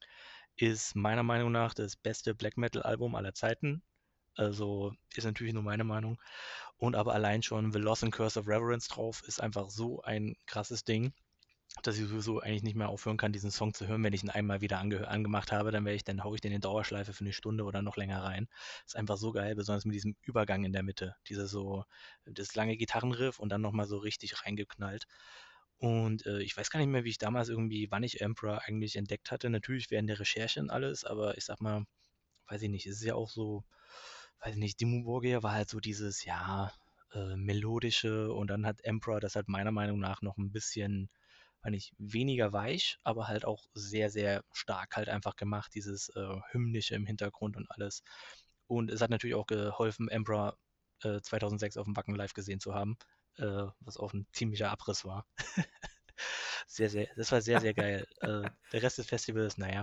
Ist meiner Meinung nach das beste Black Metal-Album aller Zeiten. Also ist natürlich nur meine Meinung. Und aber allein schon The Lost and Curse of Reverence drauf ist einfach so ein krasses Ding, dass ich sowieso eigentlich nicht mehr aufhören kann, diesen Song zu hören. Wenn ich ihn einmal wieder ange angemacht habe, dann werde ich, dann haue ich den in Dauerschleife für eine Stunde oder noch länger rein. Ist einfach so geil, besonders mit diesem Übergang in der Mitte. Dieses so, das lange Gitarrenriff und dann nochmal so richtig reingeknallt. Und äh, ich weiß gar nicht mehr, wie ich damals irgendwie, wann ich Emperor eigentlich entdeckt hatte. Natürlich während der Recherche und alles, aber ich sag mal, weiß ich nicht, es ist ja auch so, weiß ich nicht, Dimmu Borgir war halt so dieses, ja, äh, melodische und dann hat Emperor das halt meiner Meinung nach noch ein bisschen, weiß nicht, weniger weich, aber halt auch sehr, sehr stark halt einfach gemacht, dieses äh, Hymnische im Hintergrund und alles. Und es hat natürlich auch geholfen, Emperor äh, zweitausendsechs auf dem Wacken live gesehen zu haben, äh, was auch ein ziemlicher Abriss war. sehr, sehr, das war sehr, sehr geil. äh, der Rest des Festivals, naja.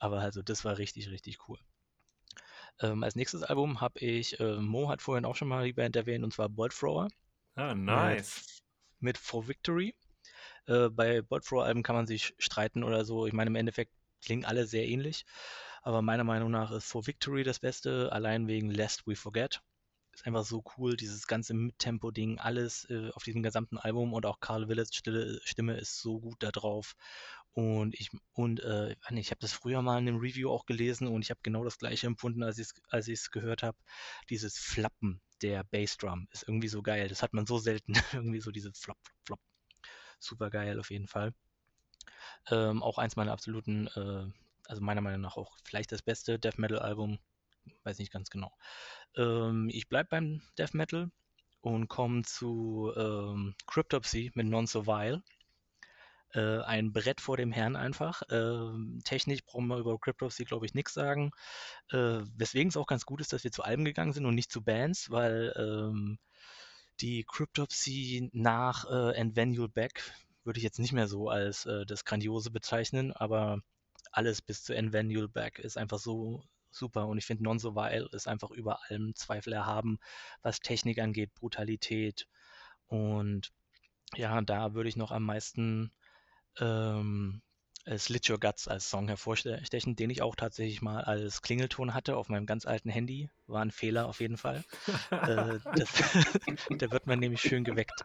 Aber also das war richtig, richtig cool. Ähm, als nächstes Album habe ich, äh, Mo hat vorhin auch schon mal die Band erwähnt, und zwar Bolt Thrower Ah, mit, nice. mit For Victory. Äh, bei Bolt Thrower Alben kann man sich streiten oder so. Ich meine, im Endeffekt klingen alle sehr ähnlich. Aber meiner Meinung nach ist For Victory das Beste, allein wegen Lest We Forget. Ist einfach so cool, dieses ganze Mittempo-Ding, alles äh, auf diesem gesamten Album, und auch Carl Willits Stimme, Stimme ist so gut da drauf. Und ich und äh, ah nee, ich habe das früher mal in einem Review auch gelesen, und ich habe genau das gleiche empfunden, als ich es als ich's gehört habe. Dieses Flappen der Bassdrum ist irgendwie so geil. Das hat man so selten. Irgendwie so diese Flop, Flop, Flop. Super geil auf jeden Fall. Ähm, auch eins meiner absoluten, äh, also meiner Meinung nach auch vielleicht das beste Death Metal Album, weiß nicht ganz genau. Ähm, ich bleibe beim Death Metal und komme zu ähm, Cryptopsy mit Non So Vile. Äh, ein Brett vor dem Herrn einfach. Ähm, technisch brauchen wir über Cryptopsy, glaube ich, nichts sagen. Äh, weswegen es auch ganz gut ist, dass wir zu Alben gegangen sind und nicht zu Bands, weil ähm, die Cryptopsy nach äh, And When You're Back würde ich jetzt nicht mehr so als äh, das Grandiose bezeichnen, aber alles bis zu And When You're Back ist einfach so super, und ich finde Non So Vile ist einfach über allem Zweifel erhaben, was Technik angeht, Brutalität, und ja, da würde ich noch am meisten ähm, äh, Slit Your Guts als Song hervorstechen, den ich auch tatsächlich mal als Klingelton hatte auf meinem ganz alten Handy. War ein Fehler auf jeden Fall. Äh, das, da wird man nämlich schön geweckt.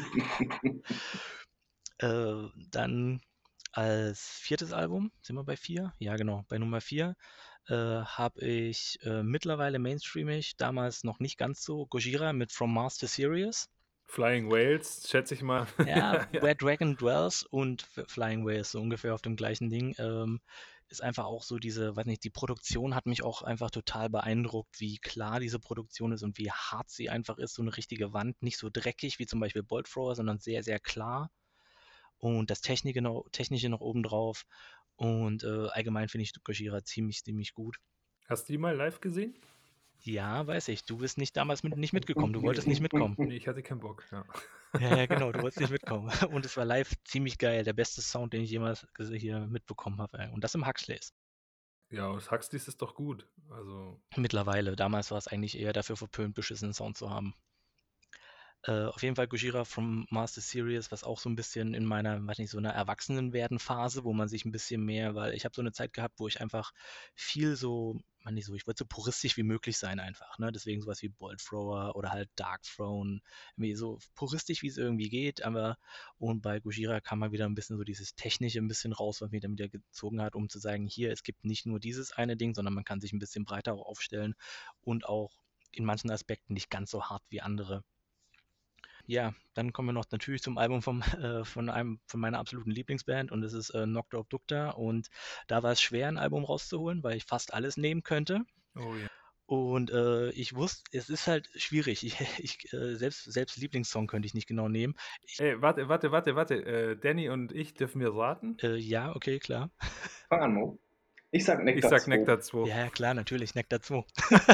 Äh, dann als viertes Album, sind wir bei vier? Ja, genau, bei Nummer vier äh, habe ich äh, mittlerweile mainstreamig, damals noch nicht ganz so, Gojira mit From Mars to Sirius. Flying Whales, schätze ich mal. Ja, ja. Where Dragon Dwells und F- Flying Whales, so ungefähr auf dem gleichen Ding. Ähm, ist einfach auch so diese, weiß nicht, die Produktion hat mich auch einfach total beeindruckt, wie klar diese Produktion ist und wie hart sie einfach ist. So eine richtige Wand, nicht so dreckig wie zum Beispiel Bolt Thrower, sondern sehr, sehr klar. Und das Technische noch, Technische noch obendrauf. Und äh, allgemein finde ich Gojira ziemlich, ziemlich gut. Hast du die mal live gesehen? Ja, weiß ich. Du bist nicht damals mit, nicht mitgekommen. Du wolltest nicht mitkommen. Nee, ich hatte keinen Bock, ja. Ja, ja, genau, du wolltest nicht mitkommen. Und es war live ziemlich geil. Der beste Sound, den ich jemals ges- hier mitbekommen habe. ey. Und das im Huxleys. Ja, aus Huxleys ist doch gut. Also, Mittlerweile. Damals war es eigentlich eher dafür verpönt, beschissenen Sound zu haben. Äh, auf jeden Fall Gojira from Master Series, was auch so ein bisschen in meiner, weiß nicht, so einer Erwachsenenwerden-Phase, wo man sich ein bisschen mehr, weil ich habe so eine Zeit gehabt, wo ich einfach viel so, man nicht so, ich wollte so puristisch wie möglich sein einfach, ne? Deswegen sowas wie Bolt Thrower oder halt Dark Throne, irgendwie so puristisch wie es irgendwie geht, aber und bei Gojira kam mal wieder ein bisschen so dieses Technische ein bisschen raus, was mich dann wieder gezogen hat, um zu sagen, hier, es gibt nicht nur dieses eine Ding, sondern man kann sich ein bisschen breiter auch aufstellen und auch in manchen Aspekten nicht ganz so hart wie andere. Ja, dann kommen wir noch natürlich zum Album vom, äh, von einem von meiner absoluten Lieblingsband, und das ist äh, Nocta Obducta, und da war es schwer, ein Album rauszuholen, weil ich fast alles nehmen könnte. oh ja. Und äh, ich wusste, es ist halt schwierig. Ich, ich, äh, selbst, selbst Lieblingssong könnte ich nicht genau nehmen. Ich, Ey, warte, warte, warte, warte. Äh, Danny und ich, dürfen wir raten? äh, ja, okay, klar. Fang an, Mo. Ich sag Ich Nektar sag zwei. Nektar zwei. Ja, ja, klar, natürlich, Nektar zwei.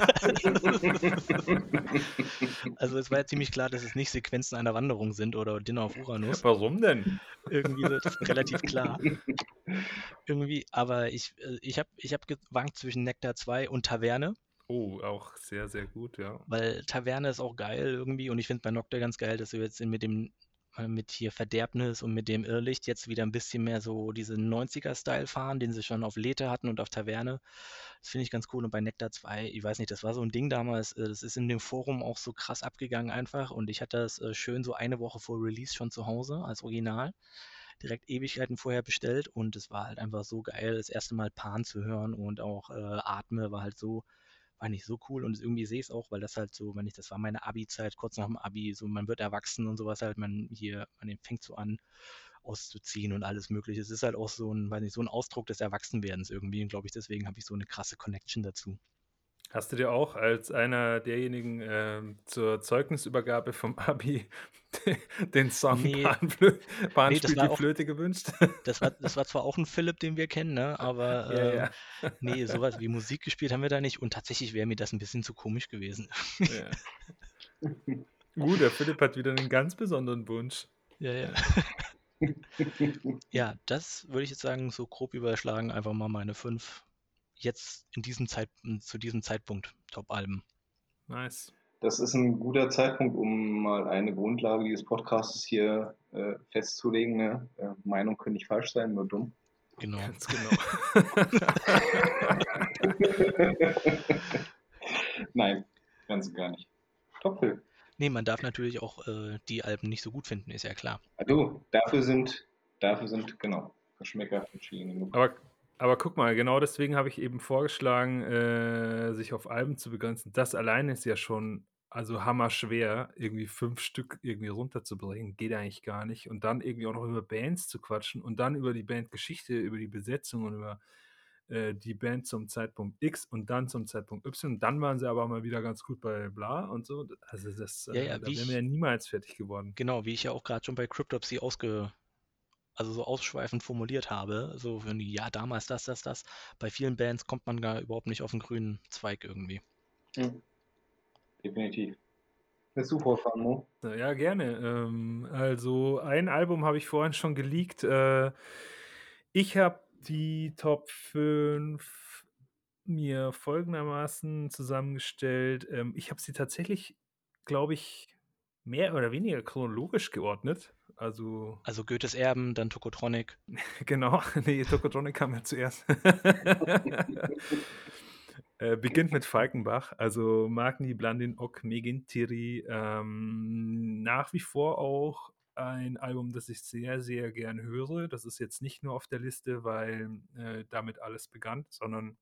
Also es war ja ziemlich klar, dass es nicht Sequenzen einer Wanderung sind oder Dinner auf Uranus. Warum denn? Irgendwie so, das ist relativ klar. Irgendwie, aber ich, äh, ich habe ich hab gewankt zwischen Nektar zwei und Taverne, Oh, auch sehr, sehr gut, ja. weil Taverne ist auch geil irgendwie, und ich finde bei Nocta ganz geil, dass wir jetzt mit dem äh, mit hier Verderbnis und mit dem Irrlicht jetzt wieder ein bisschen mehr so diese neunziger-Style fahren, den sie schon auf Lethe hatten und auf Taverne. Das finde ich ganz cool. Und bei Nektar zwei, ich weiß nicht, das war so ein Ding damals, äh, das ist in dem Forum auch so krass abgegangen einfach, und ich hatte das äh, schön so eine Woche vor Release schon zu Hause als Original, direkt Ewigkeiten vorher bestellt, und es war halt einfach so geil, das erste Mal Pan zu hören, und auch äh, Atme war halt so, war nicht so cool, und irgendwie sehe ich es auch, weil das halt so, wenn ich, das war meine Abi-Zeit, kurz nach dem Abi, so man wird erwachsen und sowas halt, man hier, man fängt so an auszuziehen und alles mögliche. Es ist halt auch so ein, weiß nicht, so ein Ausdruck des Erwachsenwerdens irgendwie, und glaube ich, deswegen habe ich so eine krasse Connection dazu. Hast du dir auch als einer derjenigen ähm, zur Zeugnisübergabe vom Abi den Song Nee, Pan, Pan nee, das spielt war die auch, Flöte gewünscht? das war, das war zwar auch ein Philipp, den wir kennen, ne, aber Ja, ähm, ja. nee, sowas wie Musik gespielt haben wir da nicht, und tatsächlich wäre mir das ein bisschen zu komisch gewesen. ja. Uh, der Philipp hat wieder einen ganz besonderen Wunsch. Ja, ja. Ja, das würde ich jetzt sagen, so grob überschlagen, einfach mal meine fünf jetzt in diesem Zeit, zu diesem Zeitpunkt Top-Alben. Nice. Das ist ein guter Zeitpunkt, um mal eine Grundlage dieses Podcasts hier äh, festzulegen. Ne? Äh, Meinung könnte nicht falsch sein, nur dumm. Genau. Ganz genau. Nein, ganz und gar nicht. Top-Film. Nee, man darf natürlich auch äh, die Alben nicht so gut finden, ist ja klar. Also, dafür sind, dafür sind, genau, Geschmäcker verschieden genug. Aber, aber guck mal, genau deswegen habe ich eben vorgeschlagen, äh, sich auf Alben zu begrenzen. Das alleine ist ja schon, also hammerschwer, irgendwie fünf Stück irgendwie runterzubringen. Geht eigentlich gar nicht. Und dann irgendwie auch noch über Bands zu quatschen und dann über die Bandgeschichte, über die Besetzung und über äh, die Band zum Zeitpunkt X und dann zum Zeitpunkt Y. Dann waren sie aber mal wieder ganz gut bei bla und so. Also das, Ja, äh, ja, da wie wären ich, wir ja niemals fertig geworden. genau, wie ich ja auch gerade schon bei Cryptopsy ausge, also so ausschweifend formuliert habe, so für die, ja, damals das, das, das. Bei vielen Bands kommt man gar überhaupt nicht auf den grünen Zweig irgendwie. Hm. Definitiv. Willst du vorfahren, Mo? Ja, gerne. Ähm, also ein Album habe ich vorhin schon geleakt. Äh, ich habe die Top fünf mir folgendermaßen zusammengestellt. Ähm, ich habe sie tatsächlich, glaube ich, mehr oder weniger chronologisch geordnet. Also Also Goethes Erben, dann Tokotronic. genau, nee, Tokotronic kam ja zuerst. Äh, beginnt mit Falkenbach, also Magni, Blandin, Ok, Megintiri. Ähm, nach wie vor auch ein Album, das ich sehr, sehr gern höre. Das ist jetzt nicht nur auf der Liste, weil äh, damit alles begann, sondern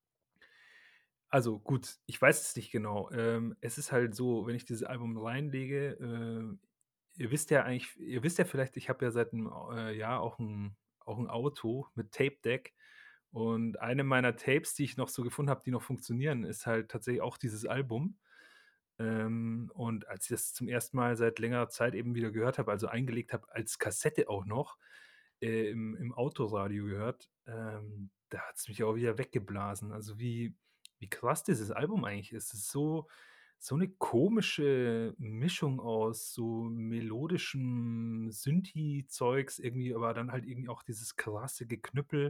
also gut, ich weiß es nicht genau. Ähm, es ist halt so, wenn ich dieses Album reinlege, äh, ihr wisst ja eigentlich, ihr wisst ja vielleicht, ich habe ja seit einem äh, Jahr auch ein, auch ein Auto mit Tape Deck. Und eine meiner Tapes, die ich noch so gefunden habe, die noch funktionieren, ist halt tatsächlich auch dieses Album. Ähm, und als ich das zum ersten Mal seit längerer Zeit eben wieder gehört habe, also eingelegt habe, als Kassette auch noch, äh, im, im Autoradio gehört, ähm, da hat es mich auch wieder weggeblasen. Also wie, wie krass dieses Album eigentlich ist. Es ist so, so eine komische Mischung aus so melodischem Synthi-Zeugs irgendwie, aber dann halt irgendwie auch dieses krasse Geknüppel.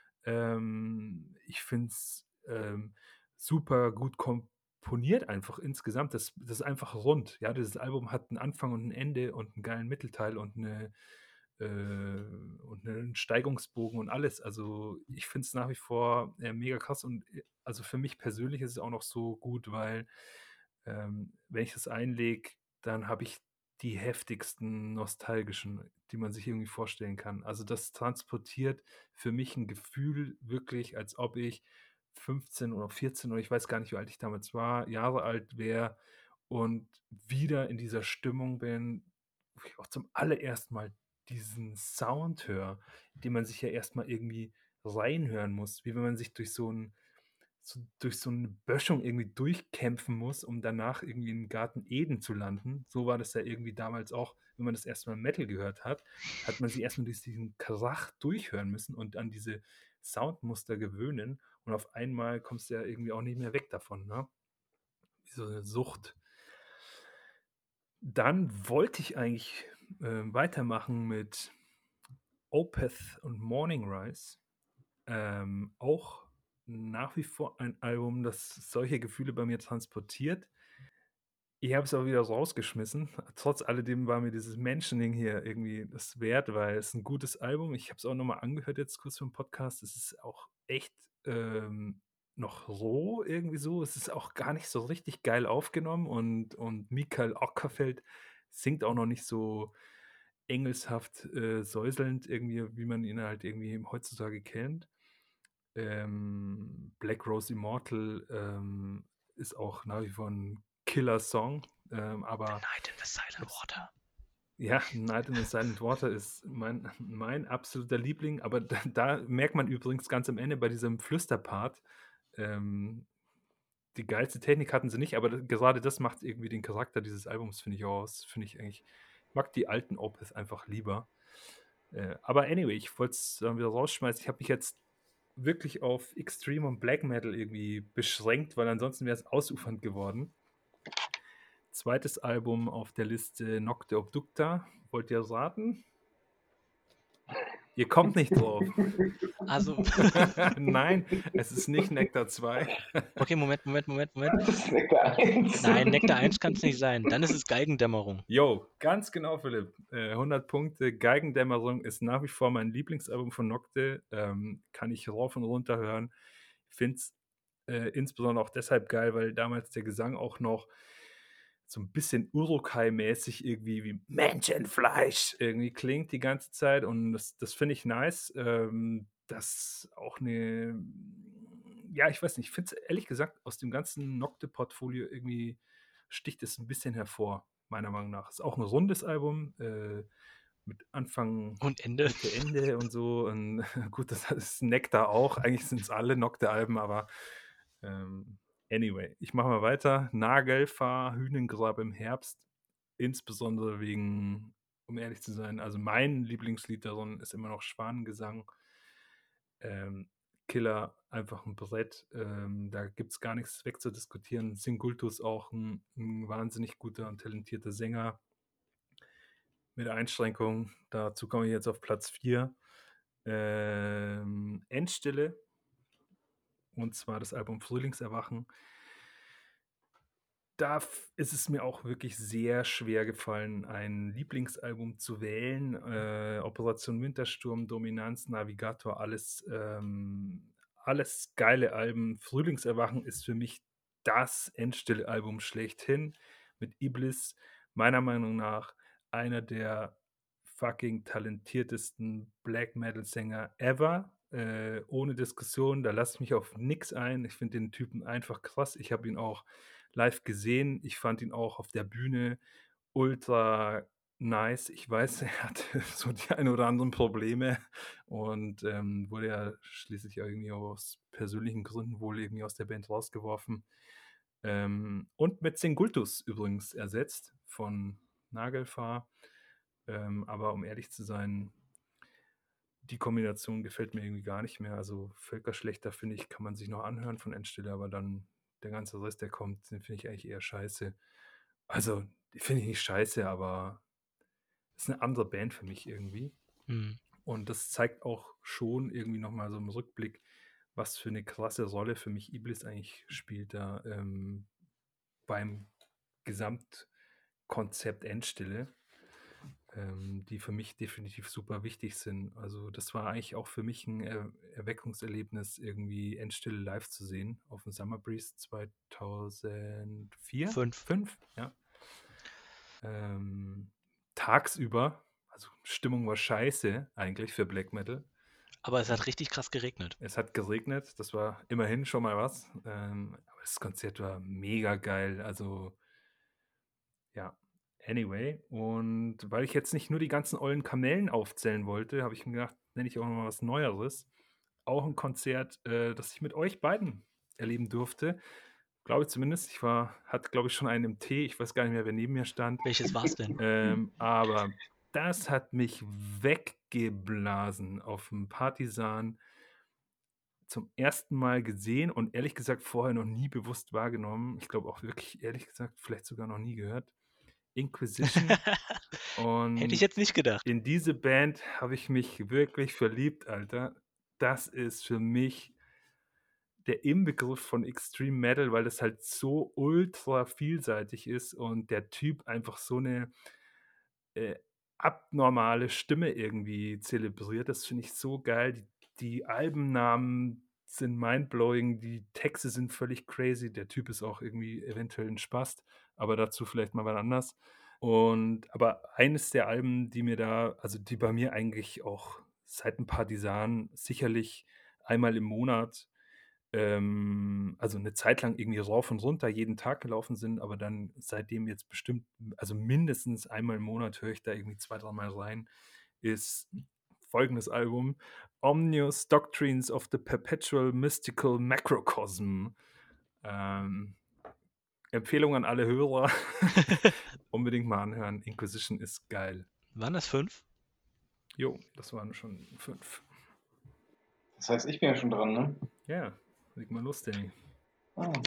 Ähm, ich finde es ähm, super gut komponiert einfach insgesamt. Das, das ist einfach rund. Ja, dieses Album hat einen Anfang und ein Ende und einen geilen Mittelteil und eine äh, und einen Steigungsbogen und alles. Also ich finde es nach wie vor äh, mega krass und äh, also für mich persönlich ist es auch noch so gut, weil ähm, wenn ich das einlege, dann habe ich die heftigsten nostalgischen, die man sich irgendwie vorstellen kann. Also das transportiert für mich ein Gefühl wirklich, als ob ich fünfzehn oder vierzehn oder ich weiß gar nicht, wie alt ich damals war, Jahre alt wäre und wieder in dieser Stimmung bin, wo ich auch zum allerersten Mal diesen Sound höre, den man sich ja erstmal irgendwie reinhören muss, wie wenn man sich durch so ein so durch so eine Böschung irgendwie durchkämpfen muss, um danach irgendwie im Garten Eden zu landen. So war das ja irgendwie damals auch, wenn man das erste Mal Metal gehört hat, hat man sich erstmal durch diesen Krach durchhören müssen und an diese Soundmuster gewöhnen und auf einmal kommst du ja irgendwie auch nicht mehr weg davon, ne? Wie so eine Sucht. Dann wollte ich eigentlich äh, weitermachen mit Opeth und Morning Rise. Ähm, auch nach wie vor ein Album, das solche Gefühle bei mir transportiert. Ich habe es aber wieder rausgeschmissen. Trotz alledem war mir dieses Mentioning hier irgendwie das wert, weil es ein gutes Album. Ich habe es auch nochmal angehört jetzt kurz für den Podcast. Es ist auch echt ähm, noch roh irgendwie so. Es ist auch gar nicht so richtig geil aufgenommen und, und Mikael Ockerfeldt singt auch noch nicht so engelshaft äh, säuselnd irgendwie, wie man ihn halt irgendwie heutzutage kennt. Ähm, Black Rose Immortal ähm, ist auch nach wie vor ein Killer-Song, ähm, aber Night in the Silent jetzt, Water. ja, Night in the Silent Water ist mein, mein absoluter Liebling, aber da, da merkt man übrigens ganz am Ende bei diesem Flüsterpart, ähm, die geilste Technik hatten sie nicht, aber das, gerade das macht irgendwie den Charakter dieses Albums, finde ich, auch aus. Finde ich eigentlich, ich mag die alten Opeth einfach lieber. Äh, aber anyway, ich wollte es äh, wieder rausschmeißen. Ich habe mich jetzt wirklich auf Extreme und Black Metal irgendwie beschränkt, weil ansonsten wäre es ausufernd geworden. Zweites Album auf der Liste Nocte Obducta. Wollt ihr raten? Ihr kommt nicht drauf. Also, Nein, es ist nicht Nektar zwei. okay, Moment, Moment, Moment, Moment. Das ist Nektar eins. Nein, Nektar eins kann es nicht sein. Dann ist es Geigendämmerung. Jo, ganz genau, Philipp. Äh, hundert Punkte. Geigendämmerung ist nach wie vor mein Lieblingsalbum von Nocte. Ähm, kann ich rauf und runter hören. Ich finde es äh, insbesondere auch deshalb geil, weil damals der Gesang auch noch so ein bisschen Urukai-mäßig irgendwie wie Menschenfleisch irgendwie klingt die ganze Zeit. Und das, das finde ich nice. Ähm, das auch eine, ja, ich weiß nicht, ich finde es ehrlich gesagt aus dem ganzen Nocte-Portfolio irgendwie sticht es ein bisschen hervor, meiner Meinung nach. Ist auch ein rundes Album, äh, mit Anfang, Und Ende. Mitte, Ende und so. Und gut, das ist Nektar auch. Eigentlich sind es alle Nocte-Alben, aber ähm, anyway, ich mache mal weiter. Nagelfahr, Hühnengrab im Herbst. Insbesondere wegen, um ehrlich zu sein, also mein Lieblingslied darin ist immer noch Schwanengesang. Ähm, Killer, einfach ein Brett. Ähm, da gibt es gar nichts wegzudiskutieren. Singultus auch ein, ein wahnsinnig guter und talentierter Sänger. Mit Einschränkungen. Dazu komme ich jetzt auf Platz vier. Ähm, Endstille. Und zwar das Album Frühlingserwachen. Da f- ist es mir auch wirklich sehr schwer gefallen, ein Lieblingsalbum zu wählen. Äh, Operation Wintersturm, Dominanz, Navigator, alles, ähm, alles geile Alben. Frühlingserwachen ist für mich das Endstille-Album schlechthin mit Iblis. Meiner Meinung nach einer der fucking talentiertesten Black Metal-Sänger ever. Äh, ohne Diskussion, da lasse ich mich auf nix ein. Ich finde den Typen einfach krass. Ich habe ihn auch live gesehen. Ich fand ihn auch auf der Bühne ultra nice. Ich weiß, er hatte so die ein oder anderen Probleme und ähm, wurde ja schließlich irgendwie aus persönlichen Gründen wohl irgendwie aus der Band rausgeworfen. Ähm, und mit Singultus übrigens ersetzt von Nagelfahr. Ähm, aber um ehrlich zu sein, die Kombination gefällt mir irgendwie gar nicht mehr. Also Völkerschlechter, finde ich, kann man sich noch anhören von Endstille, aber dann der ganze Rest, der kommt, den finde ich eigentlich eher scheiße. Also, die finde ich nicht scheiße, aber ist eine andere Band für mich irgendwie. Hm. Und das zeigt auch schon irgendwie nochmal so im Rückblick, was für eine krasse Rolle für mich Iblis eigentlich spielt da ähm, beim Gesamtkonzept Endstille, ähm, die für mich definitiv super wichtig sind. Also das war eigentlich auch für mich ein er Erweckungserlebnis, irgendwie Endstille live zu sehen auf dem Summer Breeze zweitausendvier? Fünf. Fünf, ja. Ähm, tagsüber, also Stimmung war scheiße eigentlich für Black Metal. Aber es hat richtig krass geregnet. Es hat geregnet, das war immerhin schon mal was. Ähm, aber das Konzert war mega geil. Also ja, anyway. Und weil ich jetzt nicht nur die ganzen ollen Kamellen aufzählen wollte, habe ich mir gedacht, nenne ich auch noch mal was Neueres. Auch ein Konzert, äh, das ich mit euch beiden erleben durfte. Glaube ich zumindest. Ich war, hatte, glaube ich, schon einen im Tee. Ich weiß gar nicht mehr, wer neben mir stand. Welches war's denn? Ähm, aber das hat mich weggeblasen auf dem Partisan zum ersten Mal gesehen und ehrlich gesagt vorher noch nie bewusst wahrgenommen. Ich glaube auch wirklich, ehrlich gesagt, vielleicht sogar noch nie gehört. Inquisition. Hätte ich Und jetzt nicht gedacht. in diese Band habe ich mich wirklich verliebt, Alter. Das ist für mich der Inbegriff von Extreme Metal, weil das halt so ultra vielseitig ist und der Typ einfach so eine äh, abnormale Stimme irgendwie zelebriert. Das finde ich so geil. Die, die Albennamen sind mindblowing, die Texte sind völlig crazy. Der Typ ist auch irgendwie eventuell ein Spast, aber dazu vielleicht mal was anders. Und aber eines der Alben, die mir da, also die bei mir eigentlich auch seit ein Partisan sicherlich einmal im Monat, ähm, also eine Zeit lang irgendwie rauf und runter jeden Tag gelaufen sind, aber dann seitdem jetzt bestimmt, also mindestens einmal im Monat höre ich da irgendwie zwei, dreimal rein, ist folgendes Album: Omnius Doctrines of the Perpetual Mystical Macrocosm. Ähm, Empfehlung an alle Hörer. Unbedingt mal anhören. Inquisition ist geil. Waren das fünf? Jo, das waren schon fünf. Das heißt, ich bin ja schon dran, ne? Ja, leg mal los, Danny. Ah.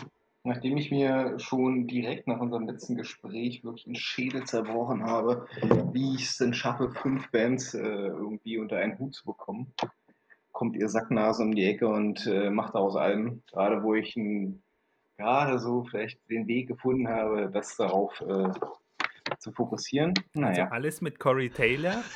Nachdem ich mir schon direkt nach unserem letzten Gespräch wirklich einen Schädel zerbrochen habe, wie ich es denn schaffe, fünf Bands äh, irgendwie unter einen Hut zu bekommen, kommt ihr Sacknase um die Ecke und äh, macht daraus Alben. Gerade wo ich ein, gerade so vielleicht den Weg gefunden habe, das darauf äh, zu fokussieren. Also Naja, alles mit Corey Taylor.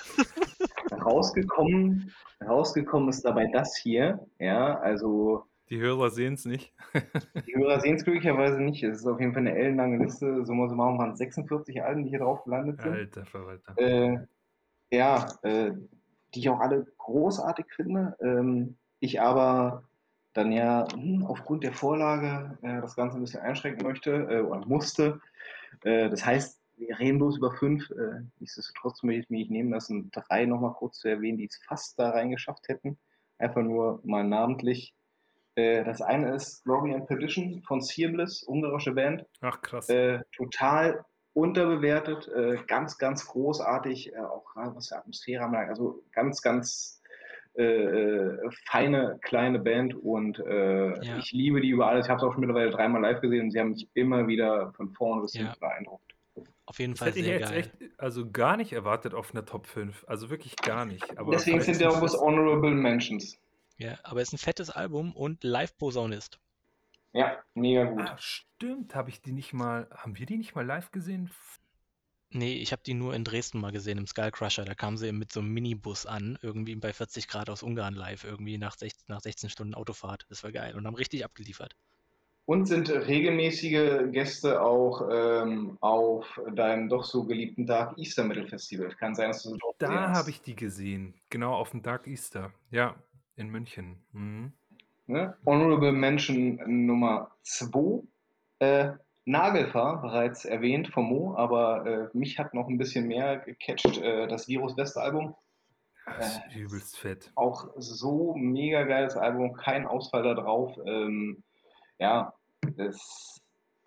rausgekommen, rausgekommen ist dabei das hier. Ja, also Die Hörer sehen es nicht. die Hörer sehen es glücklicherweise nicht. Es ist auf jeden Fall eine ellenlange Liste. Summa summarum waren es sechsundvierzig Alben, die hier drauf gelandet sind. Alter Verwalter. Äh, ja, äh, die ich auch alle großartig finde. Ähm, ich aber dann ja hm, aufgrund der Vorlage äh, das Ganze ein bisschen einschränken möchte äh, und musste. Äh, das heißt, wir reden bloß über fünf. Äh, nichtsdestotrotz möchte ich mir nicht nehmen lassen, drei nochmal kurz zu erwähnen, die es fast da reingeschafft hätten. Einfach nur mal namentlich. Äh, das eine ist Glory and Perdition von Seamless, ungarische Band. Ach krass. Äh, total unterbewertet, äh, ganz, ganz großartig, äh, auch gerade was die Atmosphäre anbelangt. Also ganz, ganz äh, äh, feine, kleine Band und äh, Ja, ich liebe die über alles. Ich habe es auch schon mittlerweile dreimal live gesehen und sie haben mich immer wieder von vorne bis ja, hinten beeindruckt. auf jeden Das Fall hätte ich sehr jetzt geil. echt, also gar nicht erwartet auf einer Top fünf. Also wirklich gar nicht. Aber Deswegen vielleicht sind wir ist auch bloß das. Honorable Mentions. Ja, aber es ist ein fettes Album und Live-Posaunist. Ja, mega gut. Ah, stimmt. Habe ich die nicht mal. Haben wir die nicht mal live gesehen? Nee, ich habe die nur in Dresden mal gesehen, im Skullcrusher. Da kamen sie mit so einem Minibus an, irgendwie bei vierzig Grad aus Ungarn live, irgendwie nach sechzehn, nach sechzehn Stunden Autofahrt. Das war geil und haben richtig abgeliefert. Und sind regelmäßige Gäste auch ähm, auf deinem doch so geliebten Dark Easter Metal Festival. Kann sein, dass du sie dort gesehen Da habe hast. ich die gesehen. Genau, auf dem Dark Easter. Ja, in München. Mhm. Ne? Honorable Mention Nummer zwei. Äh, Nagelfahr, bereits erwähnt von Mo, aber äh, mich hat noch ein bisschen mehr gecatcht, äh, das Virus West Album. Das Äh, ist übelst fett. auch so mega geiles Album, kein Ausfall da drauf. Ähm, ja, das,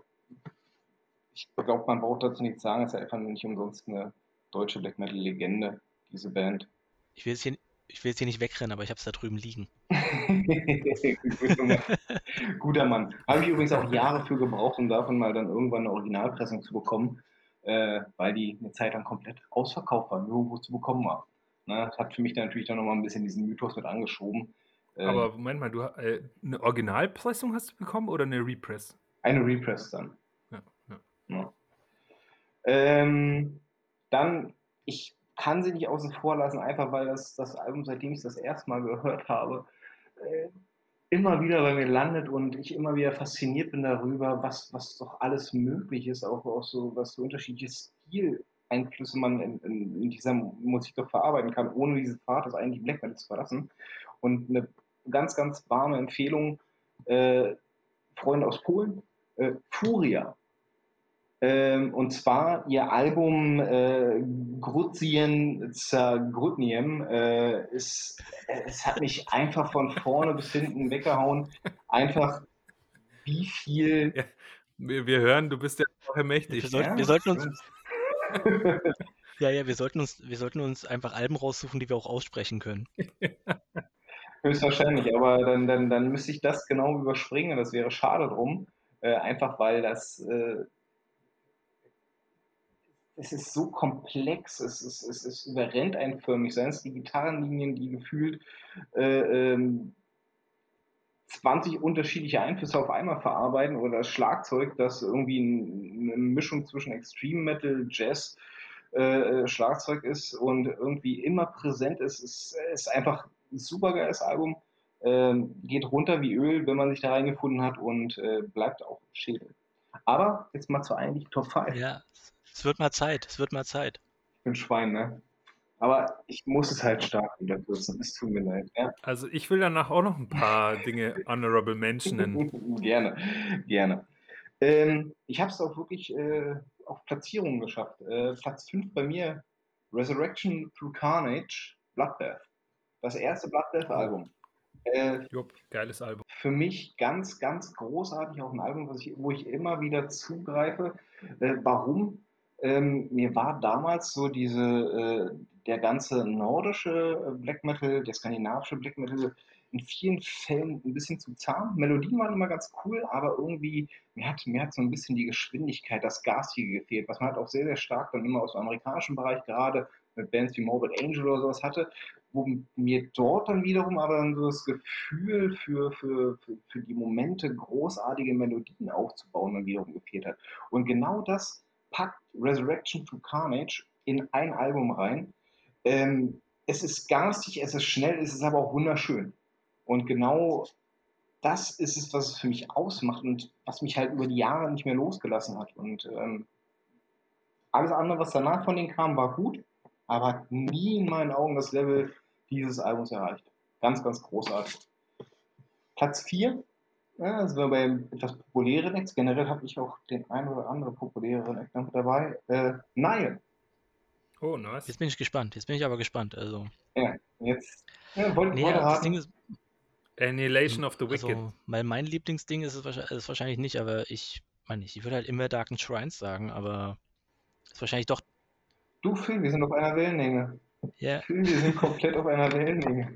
ich glaube, man braucht dazu nichts sagen, es ist ja einfach nicht umsonst eine deutsche Black Metal Legende, diese Band. Ich will jetzt hier, ich will jetzt hier nicht wegrennen, aber ich habe es da drüben liegen. Guter Mann. Guter Mann. Habe ich übrigens auch Jahre für gebraucht, um davon mal dann irgendwann eine Originalpressung zu bekommen, äh, weil die eine Zeit lang komplett ausverkauft war, nirgendwo zu bekommen war. Ne, das hat für mich dann natürlich dann nochmal ein bisschen diesen Mythos mit angeschoben. Äh, Aber Moment mal, du äh, eine Originalpressung hast du bekommen oder eine Repress? eine Repress dann. Ja, ja. Ja. Ähm, dann, ich kann sie nicht außen vor lassen, einfach weil das, das Album, seitdem ich es das erste Mal gehört habe, äh, immer wieder bei mir landet und ich immer wieder fasziniert bin darüber, was, was doch alles möglich ist, auch, auch so, was für unterschiedliche Stileinflüsse man in, in, in dieser Musik doch verarbeiten kann, ohne diesen Pfad des eigentlichen Black Metal zu verlassen. Und eine ganz, ganz warme Empfehlung, äh, Freunde aus Polen, äh, Furia. Ähm, und zwar ihr Album äh, Gruzien za Grudniem äh, ist, äh, es hat mich einfach von vorne bis hinten weggehauen. Einfach wie viel. Ja, wir, wir hören, du bist ja auch Wir, mächtig. soll, Ja, wir sollten uns, ja, ja, wir sollten uns, wir sollten uns einfach Alben raussuchen, die wir auch aussprechen können. höchstwahrscheinlich, aber dann, dann, dann müsste ich das genau überspringen. Das wäre schade drum. Äh, einfach weil das äh, es ist so komplex, es, ist, es, es überrennt einen förmlich. Seien es die Gitarrenlinien, die gefühlt äh, ähm, zwanzig unterschiedliche Einflüsse auf einmal verarbeiten oder das Schlagzeug, das irgendwie eine Mischung zwischen Extreme Metal, Jazz, äh, Schlagzeug ist und irgendwie immer präsent ist. Es ist einfach ein super geiles Album. Ähm, geht runter wie Öl, wenn man sich da reingefunden hat und äh, bleibt auch im Schädel. Aber jetzt mal zur eigentlichen Top fünf. Ja, es wird mal Zeit, es wird mal Zeit. Ich bin Schwein, ne? Aber ich muss es halt stark wieder kürzen. Es tut mir leid. Ja? Also ich will danach auch noch ein paar Dinge honorable mentionen. Gerne, gerne. Ähm, ich habe es auch wirklich äh, auf Platzierungen geschafft. Äh, Platz fünf bei mir, Resurrection Through Carnage, Bloodbath. Das erste Oh, Bloodbath-Album. Äh, Jupp, geiles Album. für mich ganz, ganz großartig, auch ein Album, was ich, wo ich immer wieder zugreife. Äh, warum? Ähm, mir war damals so diese, äh, der ganze nordische Black Metal, der skandinavische Black Metal in vielen Fällen ein bisschen zu zahm. Melodien waren immer ganz cool, aber irgendwie, mir hat, mir hat so ein bisschen die Geschwindigkeit, das Garstige gefehlt, was man halt auch sehr, sehr stark dann immer aus dem amerikanischen Bereich, gerade mit Bands wie Morbid Angel oder sowas hatte, wo mir dort dann wiederum aber dann so das Gefühl für, für, für, für die Momente großartige Melodien aufzubauen dann wiederum gefehlt hat. Und genau das packt Resurrection to Carnage in ein Album rein. Ähm, es ist garstig, es ist schnell, es ist aber auch wunderschön. Und genau das ist es, was es für mich ausmacht und was mich halt über die Jahre nicht mehr losgelassen hat. Und ähm, alles andere, was danach von denen kam, war gut, aber hat nie in meinen Augen das Level dieses Albums erreicht. Ganz, ganz großartig. Platz vier, ja, also wir bei etwas populäreren Acts. Generell habe ich auch den einen oder anderen populäreren Act noch dabei. Äh, Nile. Oh, nice. Jetzt bin ich gespannt. Jetzt bin ich aber gespannt. Also, Ja, jetzt ja, wollte nee, wollt das Ding raten. ist, Annihilation of the Wicked. also, mein, mein Lieblingsding ist es wahrscheinlich, ist wahrscheinlich nicht, aber ich meine nicht, ich würde halt immer Dark and Shrines sagen, aber ist wahrscheinlich doch, Du, Phil, wir sind auf einer Wellenlänge. ja, Phil, wir sind komplett auf einer Wellenlänge.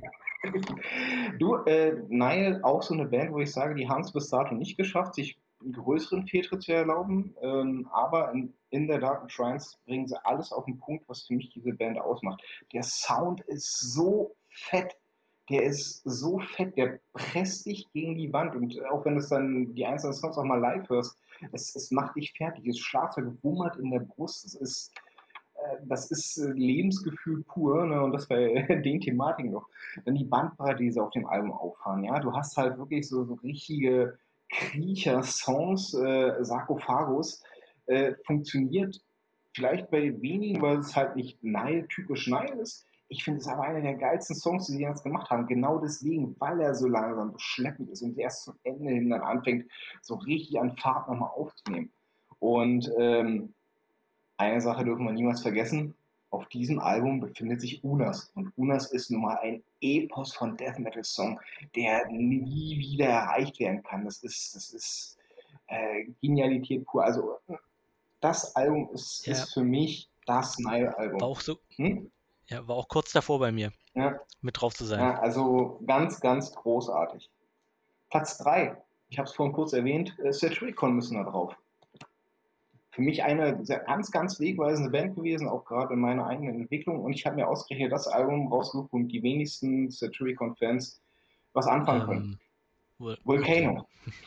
Du, äh, Nile, auch so eine Band, wo ich sage, die haben es bis dato nicht geschafft, sich einen größeren Fehltritt zu erlauben, ähm, aber in, in der Dark Shrines bringen sie alles auf den Punkt, was für mich diese Band ausmacht. Der Sound ist so fett, der ist so fett, der presst dich gegen die Wand und auch wenn du es dann die einzelnen Songs auch mal live hörst, es, es macht dich fertig, das Schlagzeug wummert in der Brust, es ist das ist Lebensgefühl pur, ne? Und das bei den Thematiken noch. Dann die Bandbreite, die sie auf dem Album auffahren, ja. Du hast halt wirklich so, so richtige Kriecher-Songs, äh, Sarkophagus, äh, funktioniert vielleicht bei wenigen, weil es halt nicht Nile, typisch Nile ist. Ich finde es aber einer der geilsten Songs, die sie jetzt gemacht haben. Genau deswegen, weil er so langsam, so schleppend ist und erst zum Ende hin dann anfängt, so richtig an Fahrt nochmal aufzunehmen. Und ähm, eine Sache dürfen wir niemals vergessen, auf diesem Album befindet sich Unas. Und Unas ist nun mal ein Epos von Death Metal Song, der nie wieder erreicht werden kann. Das ist, das ist äh, Genialität pur. Also das Album ist, ja, ist für mich das war Nile-Album. auch so, Hm? ja, war auch kurz davor bei mir, Ja, mit drauf zu sein. ja, also ganz, ganz großartig. Platz drei, ich habe es vorhin kurz erwähnt, äh, Satyricon müssen da drauf. Für mich eine sehr, ganz, ganz wegweisende Band gewesen, auch gerade in meiner eigenen Entwicklung. Und ich habe mir ausgerechnet das Album rausgesucht, womit die wenigsten Satyricon-Fans was anfangen können. Ähm, Vul- Volcano.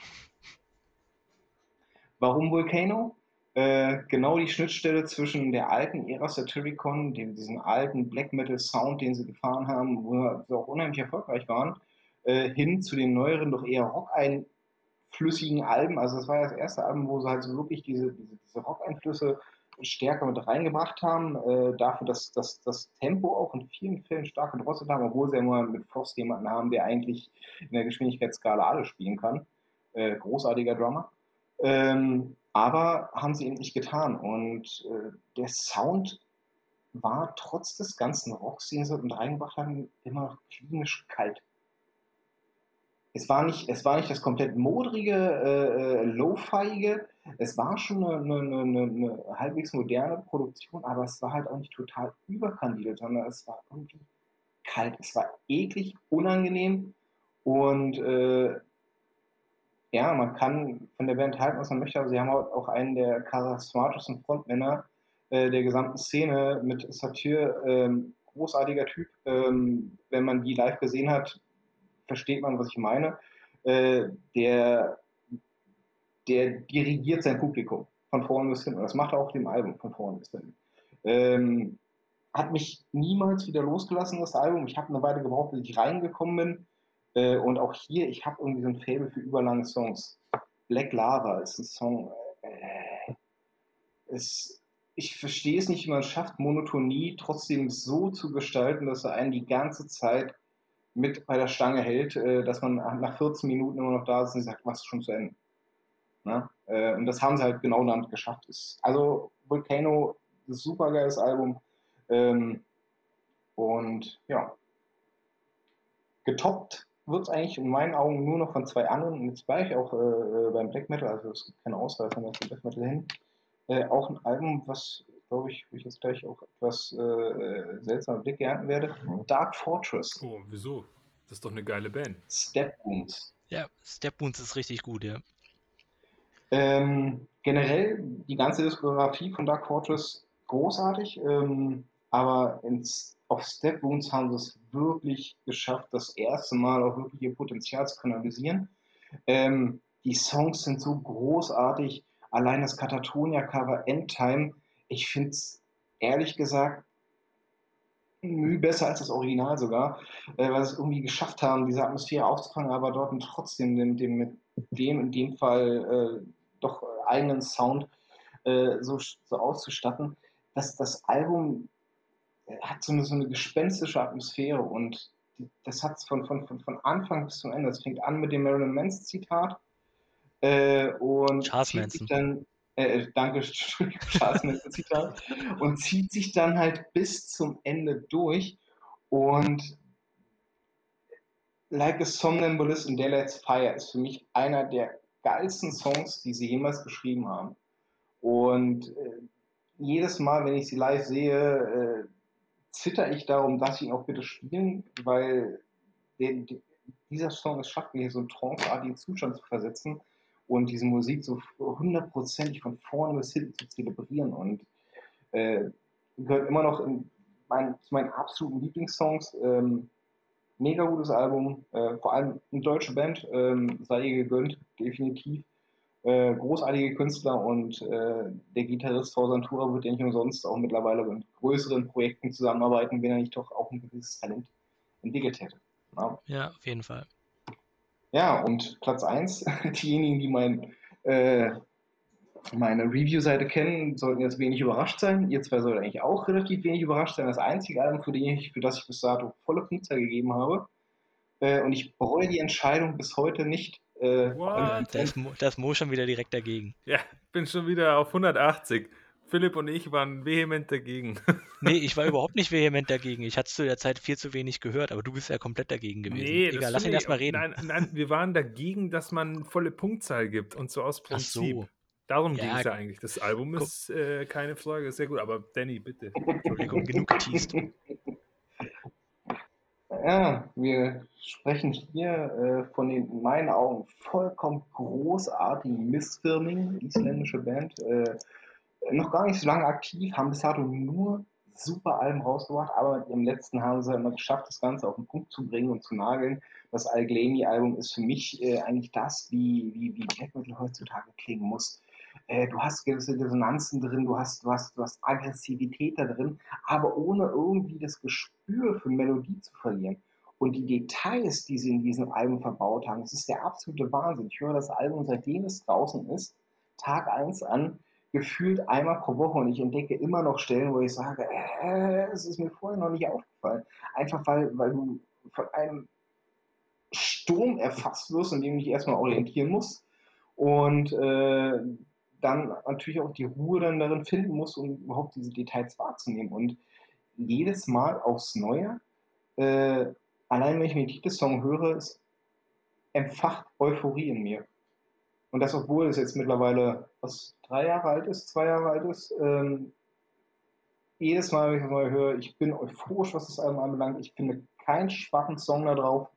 Warum Volcano? Äh, genau die Schnittstelle zwischen der alten Ära Satyricon, dem, diesem alten Black Metal Sound, den sie gefahren haben, wo sie auch unheimlich erfolgreich waren, äh, hin zu den neueren, doch eher rock-einflüssigen Alben. Also das war ja das erste Album, wo sie halt so wirklich diese, diese, diese Rock-Einflüsse stärker mit reingebracht haben, äh, dafür, dass, dass das Tempo auch in vielen Fällen stark gedrosselt haben, obwohl sie ja immer mit Frost jemanden haben, der eigentlich in der Geschwindigkeitsskala alles spielen kann. Äh, großartiger Drummer. Ähm, aber haben sie eben nicht getan. Und äh, der Sound war trotz des ganzen Rocks, den sie mit reingebracht haben, immer noch klinisch kalt. Es war nicht, es war nicht das komplett modrige, äh, lo-fiige. Es war schon eine, eine, eine, eine halbwegs moderne Produktion, aber es war halt auch nicht total überkandidelt, sondern es war irgendwie kalt. Es war eklig, unangenehm und äh, ja, man kann von der Band halten, was man möchte, aber sie haben auch einen der charismatischsten Frontmänner äh, der gesamten Szene mit Satyr. Ähm, großartiger Typ. Ähm, wenn man die live gesehen hat, versteht man, was ich meine. Äh, der, der dirigiert sein Publikum von vorne bis hinten. Das macht er auch dem Album von vorne bis hinten. Ähm, hat mich niemals wieder losgelassen, das Album. Ich habe eine Weile gebraucht, bis ich reingekommen bin. Äh, und auch hier, ich habe irgendwie so ein Faible für überlange Songs. Black Lava ist ein Song. Äh, ist, ich verstehe es nicht, wie man es schafft, Monotonie trotzdem so zu gestalten, dass er einen die ganze Zeit mit bei der Stange hält, äh, dass man nach vierzehn Minuten immer noch da ist und sagt, was ist schon zu Ende. Ne? Äh, und das haben sie halt genau damit geschafft. Ist, also Volcano, super geiles Album. Ähm, und ja, getoppt wird es eigentlich in meinen Augen nur noch von zwei anderen. Und jetzt war ich auch äh, beim Black Metal, also es gibt keine Ausreißer mehr zum Black Metal hin. Äh, auch ein Album, was, glaube ich, wo ich jetzt gleich auch etwas äh, seltsamer Blick ernten werde. Dark Fortress. Oh, wieso? Das ist doch eine geile Band. Step Wounds. Ja, Step Wounds ist richtig gut, ja. Ähm, generell die ganze Diskografie von Dark Fortress großartig, ähm, aber ins, auf Step Wounds haben sie es wirklich geschafft, das erste Mal auch wirklich ihr Potenzial zu kanalisieren. Ähm, die Songs sind so großartig, allein das Katatonia-Cover Endtime, ich finde es ehrlich gesagt Mühe besser als das Original sogar, äh, weil sie es irgendwie geschafft haben, diese Atmosphäre aufzufangen, aber dort trotzdem dem, dem, mit dem in dem Fall äh, doch eigenen Sound äh, so, so auszustatten, dass das Album hat so eine, so eine gespenstische Atmosphäre und das hat es von, von, von, von Anfang bis zum Ende. Es fängt an mit dem Marilyn Manson Zitat äh, und Charles zieht sich Manson. dann, äh, danke, Charles Manson Zitat, und zieht sich dann halt bis zum Ende durch und Like a Somnambulist in Daylight's Fire ist für mich einer der geilsten Songs, die sie jemals geschrieben haben. Und äh, jedes Mal, wenn ich sie live sehe, äh, zitter ich darum, dass sie ihn auch bitte spielen, weil den, die, dieser Song es schafft, mir so einen tranceartigen Zustand zu versetzen und diese Musik so hundertprozentig von vorne bis hinten zu zelebrieren und äh, gehört immer noch in mein, zu meinen absoluten Lieblingssongs. Ähm, mega gutes Album, äh, vor allem eine deutsche Band, ähm, sei ihr gegönnt, definitiv. Äh, großartige Künstler und äh, der Gitarrist Fausan Tura wird ja nicht umsonst auch mittlerweile mit größeren Projekten zusammenarbeiten, wenn er nicht doch auch ein gewisses Talent entwickelt hätte. Ja, Ja, auf jeden Fall. ja und Platz eins, diejenigen, die mein, äh, meine Review-Seite kennen, sollten jetzt wenig überrascht sein. Ihr zwei solltet eigentlich auch relativ wenig überrascht sein. Das einzige Album, für, den ich, für das ich bis dato volle Punktzahl gegeben habe. Äh, und ich bereue die Entscheidung bis heute nicht. Äh, vor allem, What? Da ist, Mo, da ist Mo schon wieder direkt dagegen. Ja, bin schon wieder auf hundertachtzig. Philipp und ich waren vehement dagegen. Nee, ich war überhaupt nicht vehement dagegen. Ich hatte zu der Zeit viel zu wenig gehört, aber du bist ja komplett dagegen gewesen. Nee, Egal, das lass ihn finde ich. erstmal reden. Nein, nein, wir waren dagegen, dass man volle Punktzahl gibt und so aus Ach Prinzip. so. Darum Ja, ging es ja eigentlich. Das Album guck. ist äh, keine Frage, ist sehr gut. Aber Danny, bitte. Entschuldigung, genug geteased. Ja, wir sprechen hier äh, von den in meinen Augen vollkommen großartigen Missfirming, isländische Band. Äh, noch gar nicht so lange aktiv, haben bis dato nur super Alben rausgebracht, aber mit ihrem letzten haben sie immer geschafft, das Ganze auf den Punkt zu bringen und zu nageln. Das Al-Ghlemi-Album ist für mich äh, eigentlich das, wie, wie, wie Black Metal heutzutage klingen muss. Äh, du hast gewisse Dissonanzen drin, du hast, du, hast, du hast Aggressivität da drin, aber ohne irgendwie das Gespür für Melodie zu verlieren. Und die Details, die sie in diesem Album verbaut haben, das ist der absolute Wahnsinn. Ich höre das Album, seitdem es draußen ist, Tag eins an, gefühlt einmal pro Woche und ich entdecke immer noch Stellen, wo ich sage, äh, es ist mir vorher noch nicht aufgefallen. Einfach weil, weil du von einem Sturm erfasst wirst, in dem du dich erstmal orientieren musst und äh, dann natürlich auch die Ruhe dann darin finden musst, um überhaupt diese Details wahrzunehmen. Und jedes Mal aufs Neue, äh, allein wenn ich mir den Titelsong höre, es entfacht Euphorie in mir. Und das, obwohl es jetzt mittlerweile was drei Jahre alt ist, zwei Jahre alt ist. Ähm, jedes Mal, wenn ich das neu höre, ich bin euphorisch, was das Album anbelangt. Ich finde keinen schwachen Song da drauf.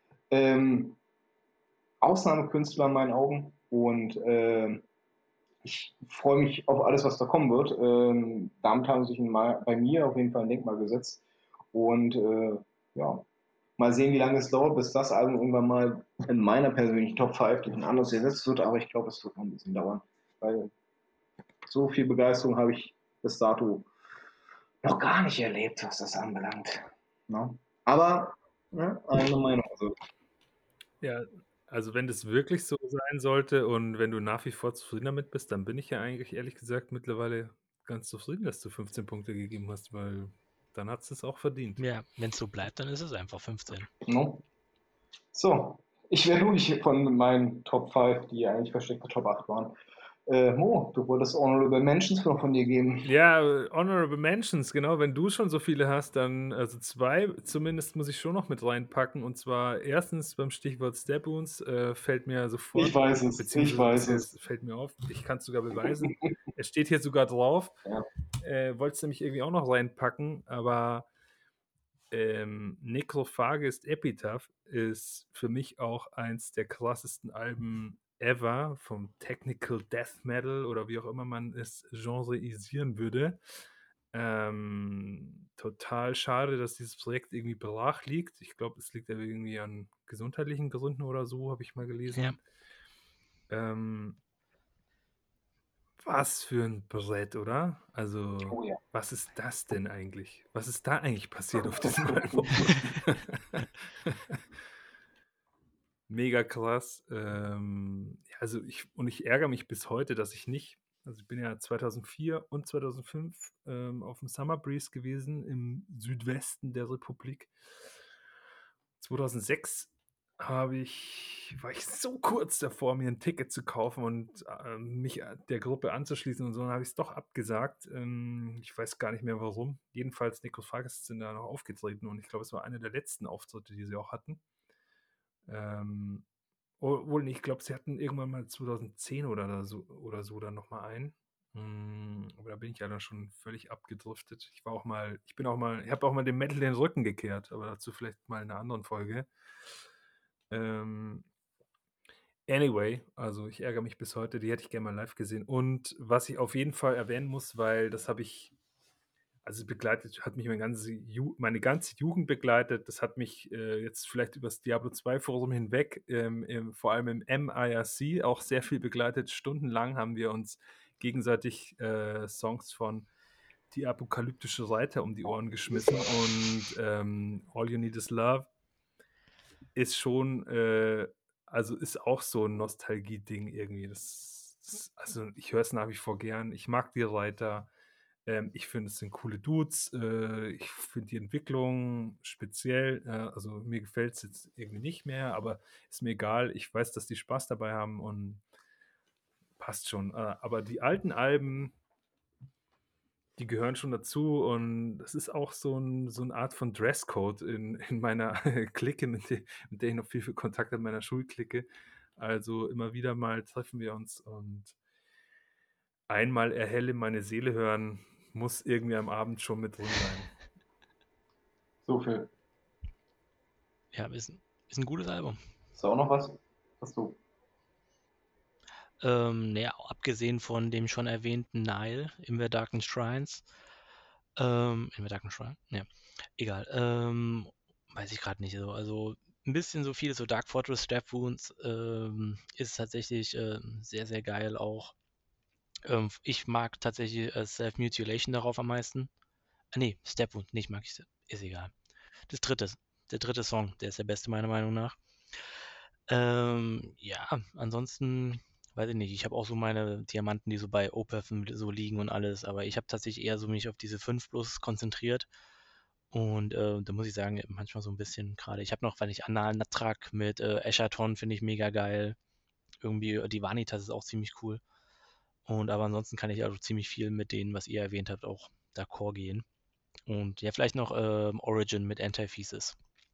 Ähm, Ausnahmekünstler in meinen Augen. Und äh, ich freue mich auf alles, was da kommen wird. Ähm, damit haben sie sich in, bei mir auf jeden Fall ein Denkmal gesetzt. Und äh, ja, mal sehen, wie lange es dauert, bis das Album irgendwann mal in meiner persönlichen Top fünf durch ein anderes ersetzt wird. Aber ich glaube, es wird noch ein bisschen dauern. Weil so viel Begeisterung habe ich bis dato noch gar nicht erlebt, was das anbelangt. No? Aber ne, eine Meinung. Also, Ja, also wenn das wirklich so sein sollte und wenn du nach wie vor zufrieden damit bist, dann bin ich ja eigentlich ehrlich gesagt mittlerweile ganz zufrieden, dass du fünfzehn Punkte gegeben hast, weil dann hat es es auch verdient. Ja, wenn es so bleibt, dann ist es einfach fünfzehn. no? So, ich wäre durch von meinen Top fünf, die eigentlich versteckte Top acht waren. Äh, Mo, du wolltest Honorable Mentions noch von dir geben. Ja, Honorable Mentions, genau. Wenn du schon so viele hast, dann, also zwei zumindest muss ich schon noch mit reinpacken. Und zwar erstens beim Stichwort Step Wounds äh, fällt mir sofort, Ich weiß es, ich weiß es es. fällt mir auf, ich kann es sogar beweisen. Es steht hier sogar drauf. Ja. Äh, wollte es nämlich irgendwie auch noch reinpacken, aber ähm, Necrophagist Epitaph ist für mich auch eins der krassesten Alben ever vom Technical Death Metal oder wie auch immer man es genreisieren würde. Ähm, total schade, dass dieses Projekt irgendwie brach liegt. Ich glaube, es liegt ja irgendwie an gesundheitlichen Gründen oder so, habe ich mal gelesen. Ja. Ähm, was für ein Brett, oder? Also, Oh ja. was ist das denn eigentlich? Was ist da eigentlich passiert auf diesem Album? Mega krass. Ähm, ja, also ich, und ich ärgere mich bis heute, dass ich nicht, also ich bin ja zweitausendvier und zweitausendfünf ähm, auf dem Summer Breeze gewesen im Südwesten der Republik. zweitausendsechs habe ich, war ich so kurz davor, mir ein Ticket zu kaufen und äh, mich der Gruppe anzuschließen und so, dann habe ich es doch abgesagt. Ähm, ich weiß gar nicht mehr warum. Jedenfalls Necrophagist sind da noch aufgetreten und ich glaube, es war einer der letzten Auftritte, die sie auch hatten. Ähm, obwohl, ich glaube, sie hatten irgendwann mal zweitausendzehn oder so, oder so dann nochmal einen. Mm, aber da bin ich ja dann schon völlig abgedriftet. Ich war auch mal, ich bin auch mal, ich habe auch mal dem Metal den Rücken gekehrt, aber dazu vielleicht mal in einer anderen Folge. Ähm, anyway, also ich ärgere mich bis heute, die hätte ich gerne mal live gesehen. Und was ich auf jeden Fall erwähnen muss, weil das habe ich, also begleitet, hat mich meine ganze, Ju meine ganze Jugend begleitet. Das hat mich äh, jetzt vielleicht über das Diablo zwei Forum hinweg, ähm, im, vor allem im M I R C, auch sehr viel begleitet. Stundenlang haben wir uns gegenseitig äh, Songs von Die apokalyptische Seite um die Ohren geschmissen und ähm, All You Need Is Love ist schon, äh, also ist auch so ein Nostalgie-Ding irgendwie. Das, das, also ich höre es nach wie vor gern. Ich mag die Reiter. Ähm, ich finde, es sind coole Dudes. Äh, ich finde die Entwicklung speziell, äh, also mir gefällt es jetzt irgendwie nicht mehr, aber ist mir egal. Ich weiß, dass die Spaß dabei haben und passt schon. Äh, aber die alten Alben, die gehören schon dazu und das ist auch so, ein, so eine Art von Dresscode in, in meiner Clique, mit der, mit der ich noch viel, viel Kontakt habe, in meiner Schulclique. Also immer wieder mal treffen wir uns und einmal erhelle meine Seele hören muss irgendwie am Abend schon mit drin sein. So viel. Ja, ist, ist ein gutes Album. Ist da auch noch was? Was du? Ähm, naja, abgesehen von dem schon erwähnten Nile, In the Darkened Shrines. Ähm, In the Darkened Shrine? Ja, egal. Ähm, weiß ich gerade nicht so. Also ein bisschen so viel, so Dark Fortress, Step Wounds ähm, ist tatsächlich äh, sehr, sehr geil auch. Ähm, ich mag tatsächlich äh, Self-Mutilation darauf am meisten. Ah, nee, Step Wound, nicht mag ich. Ist egal. Das dritte, der dritte Song, der ist der beste meiner Meinung nach. Ähm, ja, ansonsten weiß ich nicht. Ich habe auch so meine Diamanten, die so bei Opeth so liegen und alles, aber ich habe tatsächlich eher so mich auf diese fünf plus konzentriert. Und äh, da muss ich sagen, manchmal so ein bisschen gerade. Ich habe noch, weil ich Anal Natrak mit äh, Eschaton finde ich mega geil. Irgendwie äh, die Vanitas ist auch ziemlich cool. Und aber ansonsten kann ich auch ziemlich viel mit denen, was ihr erwähnt habt, auch d'accord gehen. Und ja, vielleicht noch ähm, Origin mit Antithesis.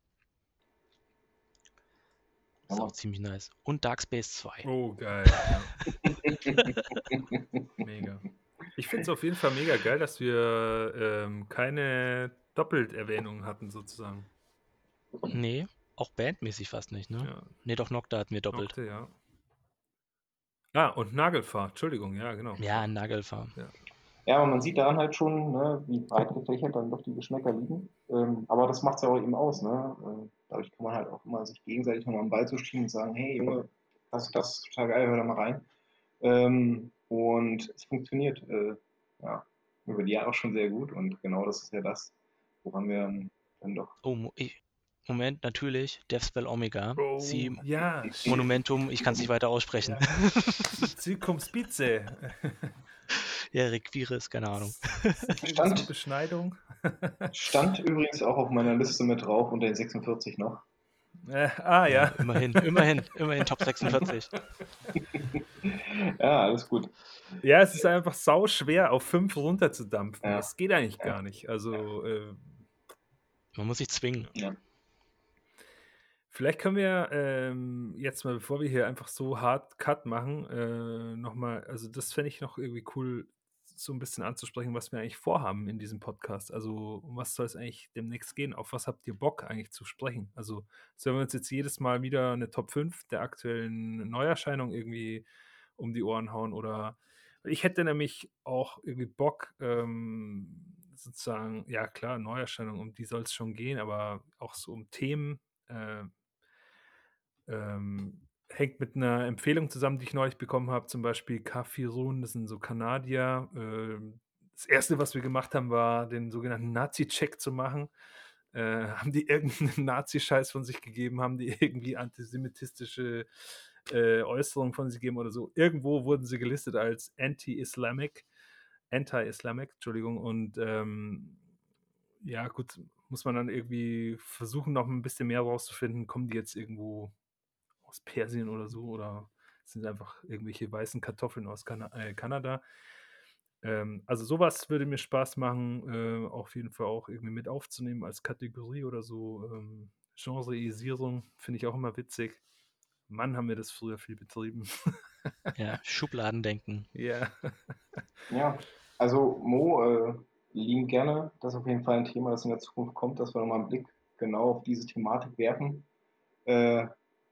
Ist auch ziemlich nice. Und Dark Space zwei. Oh, geil. Ja. Mega. Ich finde es auf jeden Fall mega geil, dass wir ähm, keine Doppelterwähnungen hatten, sozusagen. Nee, auch bandmäßig fast nicht, ne? Ja. Nee, doch Nocta hatten wir doppelt. Nocte, ja. Ah, und Nagelfahr, Entschuldigung, ja, genau. Ja, Nagelfahr. Ja. Ja, aber man sieht daran halt schon, ne, wie breit gefächert dann doch die Geschmäcker liegen. Ähm, aber das macht es ja auch eben aus. Ne? Äh, dadurch kann man halt auch immer sich gegenseitig nochmal am Ball zu schieben und sagen, hey Junge, das, das ist total geil, hör da mal rein. Ähm, und es funktioniert äh, ja, über die Jahre schon sehr gut und genau das ist ja das, woran wir dann doch. Oh, ich, Moment, natürlich, Deathspell Omega. Oh, Sie, ja. Monumentum, ich kann es nicht weiter aussprechen. Ja. Circumspice. Ja, Requiris, keine Ahnung. Stand, Beschneidung. stand übrigens auch auf meiner Liste mit drauf unter den sechsundvierzig noch. Äh, ah, ja. Ja, immerhin, immerhin, immerhin Top sechsundvierzig. Ja, alles gut. Ja, es ist einfach sau schwer, auf fünf runterzudampfen. Ja. Das geht eigentlich Ja. gar nicht. Also, äh, Man muss sich zwingen. Ja. vielleicht können wir ähm, jetzt mal, bevor wir hier einfach so hart Cut machen, äh, nochmal, also das fände ich noch irgendwie cool, so ein bisschen anzusprechen, was wir eigentlich vorhaben in diesem Podcast. Also, um was soll es eigentlich demnächst gehen? Auf was habt ihr Bock eigentlich zu sprechen? Also, sollen wir uns jetzt jedes Mal wieder eine Top fünf der aktuellen Neuerscheinungen irgendwie um die Ohren hauen? Oder ich hätte nämlich auch irgendwie Bock, ähm, sozusagen, ja klar, Neuerscheinungen, um die soll es schon gehen, aber auch so um Themen, äh, ähm, hängt mit einer Empfehlung zusammen, die ich neulich bekommen habe, zum Beispiel Kafirun, das sind so Kanadier. Ähm, das erste, was wir gemacht haben, war, den sogenannten Nazi-Check zu machen. Äh, haben die irgendeinen Nazi-Scheiß von sich gegeben, haben die irgendwie antisemitistische äh, Äußerungen von sich gegeben oder so. Irgendwo wurden sie gelistet als anti-Islamic, anti-Islamic, Entschuldigung, und ähm, ja, gut, muss man dann irgendwie versuchen, noch ein bisschen mehr rauszufinden. Kommen die jetzt irgendwo aus Persien oder so oder sind einfach irgendwelche weißen Kartoffeln aus Kana äh, Kanada? Ähm, also sowas würde mir Spaß machen, äh, auf jeden Fall auch irgendwie mit aufzunehmen als Kategorie oder so. Ähm, Genreisierung finde ich auch immer witzig. Mann, haben wir das früher viel betrieben. Ja, Schubladendenken. Ja. Ja, also Mo, äh, lieben gerne. Das ist auf jeden Fall ein Thema, das in der Zukunft kommt, dass wir nochmal einen Blick genau auf diese Thematik werfen. Äh,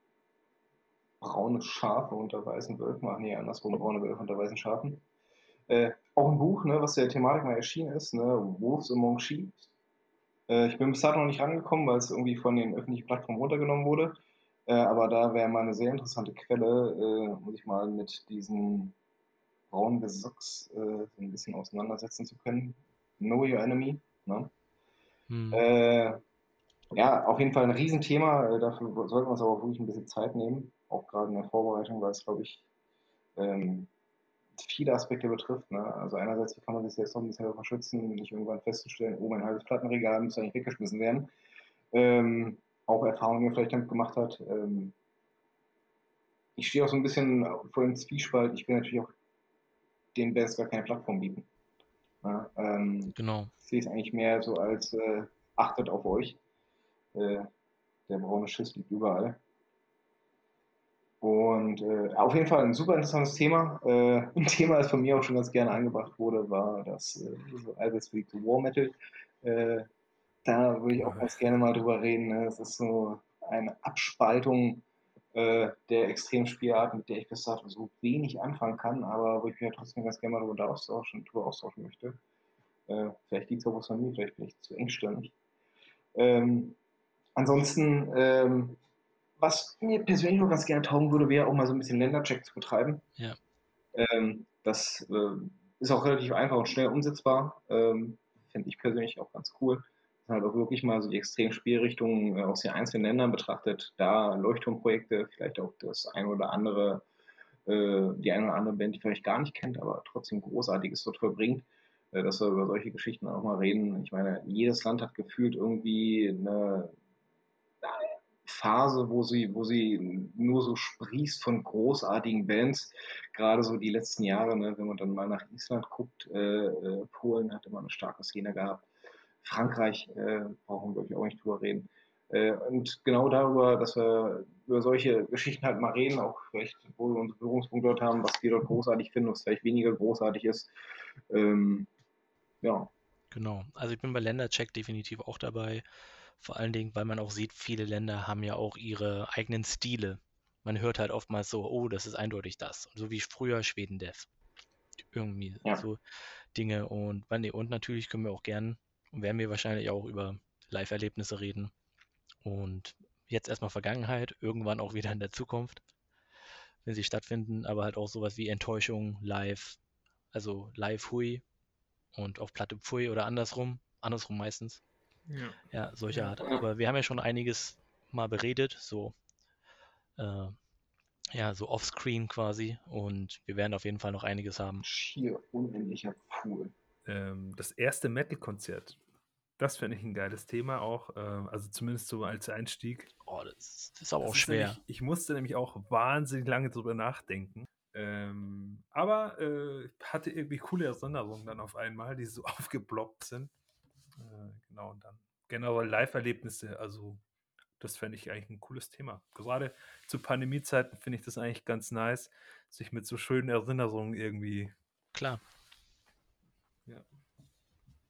braune Schafe unter weißen Wölfen, ach nee, andersrum, braune Wölfe unter weißen Schafen. Äh, auch ein Buch, ne, was der Thematik mal erschienen ist, ne, Wolves Among Sheep. Äh, ich bin bis dato noch nicht rangekommen, weil es irgendwie von den öffentlichen Plattformen runtergenommen wurde. Äh, aber da wäre mal eine sehr interessante Quelle, äh, muss ich mal mit diesen braunen Gesocks äh, so ein bisschen auseinandersetzen zu können. Know Your Enemy. Ne? Hm. Äh, ja, auf jeden Fall ein Riesenthema. Äh, dafür sollten wir uns aber auch wirklich ein bisschen Zeit nehmen, auch gerade in der Vorbereitung, weil es, glaube ich, ähm, viele Aspekte betrifft. Ne? Also einerseits, wie kann man sich jetzt noch ein bisschen davor schützen, nicht irgendwann festzustellen, oh, mein halbes Plattenregal müsste eigentlich weggeschmissen werden. Ähm, auch Erfahrungen, die man vielleicht damit gemacht hat. Ähm, ich stehe auch so ein bisschen vor dem Zwiespalt. Ich will natürlich auch den Bands gar keine Plattform bieten. Ja, ähm, Genau. ich sehe es eigentlich mehr so als äh, achtet auf euch. Äh, der braune Schiss liegt überall. Und äh, auf jeden Fall ein super interessantes Thema. Äh, ein Thema, das von mir auch schon ganz gerne angebracht wurde, war das äh, so Albert Speak to War Metal. Äh, da würde ich auch ganz gerne mal drüber reden. Ne? Es ist so eine Abspaltung äh, der Extremspielarten, mit der ich bis dato so wenig anfangen kann, aber wo ich mich ja trotzdem ganz gerne mal darüber austauschen, darüber austauschen möchte. Äh, vielleicht liegt es auch was von mir, vielleicht bin ich zu engstirnig. Ähm, ansonsten, ähm, was mir persönlich noch ganz gerne taugen würde, wäre auch mal so ein bisschen Ländercheck zu betreiben. Ja. Ähm, das äh, ist auch relativ einfach und schnell umsetzbar. Ähm, Finde ich persönlich auch ganz cool. Dass halt auch wirklich mal so die extremen Spielrichtungen äh, aus den einzelnen Ländern betrachtet. Da Leuchtturmprojekte, vielleicht auch das ein oder andere, äh, die eine oder andere Band, die vielleicht gar nicht kennt, aber trotzdem Großartiges dort verbringt. Äh, dass wir über solche Geschichten auch mal reden. Ich meine, jedes Land hat gefühlt irgendwie eine Phase, wo sie, wo sie nur so sprießt von großartigen Bands, gerade so die letzten Jahre, ne, wenn man dann mal nach Island guckt, äh, äh, Polen hat immer eine starke Szene gehabt, Frankreich äh, brauchen wir, glaube ich, auch nicht drüber reden. Äh, und genau darüber, dass wir über solche Geschichten halt mal reden, auch vielleicht, wo wir unsere Berührungspunkte dort haben, was wir dort großartig finden, was vielleicht weniger großartig ist. Ähm, ja. Genau. Also ich bin bei Ländercheck definitiv auch dabei. Vor allen Dingen, weil man auch sieht, viele Länder haben ja auch ihre eigenen Stile. Man hört halt oftmals so, oh, das ist eindeutig das. So wie früher Schweden Death. Irgendwie Ja. so Dinge. Und, nee, und natürlich können wir auch gern und werden wir wahrscheinlich auch über Live-Erlebnisse reden. Und jetzt erstmal Vergangenheit, irgendwann auch wieder in der Zukunft, wenn sie stattfinden, aber halt auch sowas wie Enttäuschung live, also live Hui und auf Platte Pfui oder andersrum, andersrum meistens. Ja. Ja, solche Ja. Art. Aber wir haben ja schon einiges mal beredet, so äh, ja, so offscreen quasi. Und wir werden auf jeden Fall noch einiges haben. Schier unendlicher Pool. Ähm, das erste Metal-Konzert. Das finde ich ein geiles Thema auch, ähm, also zumindest so als Einstieg. Oh, das, das ist aber Das auch ist schwer. nämlich, ich musste nämlich auch wahnsinnig lange drüber nachdenken. Ähm, aber äh, hatte irgendwie coole Erinnerungen dann auf einmal, die so aufgeploppt sind. Äh, genau, und dann generell Live-Erlebnisse, also das fände ich eigentlich ein cooles Thema. Gerade zu Pandemiezeiten finde ich das eigentlich ganz nice, sich mit so schönen Erinnerungen irgendwie Klar.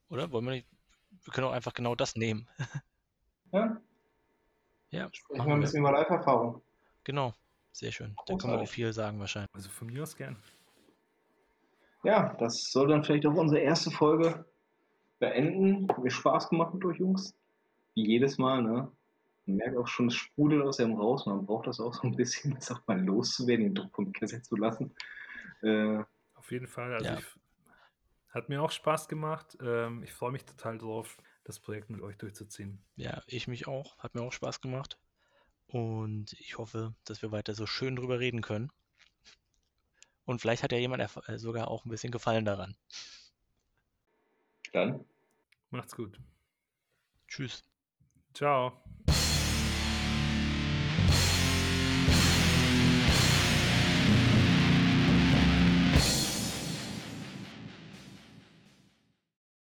Oder? Wollen wir nicht? Wir können auch einfach genau das nehmen. Ja, Ja, sprechen wir machen ein wir. bisschen über Live-Erfahrung. Genau. Sehr schön. Da können wir auch Großartig. viel sagen wahrscheinlich. Also von mir aus gern. Ja, das soll dann vielleicht auch unsere erste Folge beenden. Hat mir Spaß gemacht mit euch Jungs. Wie jedes Mal, ne? Man merkt auch schon, es sprudelt aus einem raus. Man braucht das auch so ein bisschen, das auch mal loszuwerden, den Druck vom Kessel zu lassen. Äh, Auf jeden Fall. Also Ja. ich, hat mir auch Spaß gemacht. Ähm, ich freue mich total drauf, das Projekt mit euch durchzuziehen. Ja, ich mich auch. Hat mir auch Spaß gemacht. Und ich hoffe, dass wir weiter so schön drüber reden können. Und vielleicht hat ja jemand erf- äh, sogar auch ein bisschen Gefallen daran. dann. Macht's gut. Tschüss. Ciao.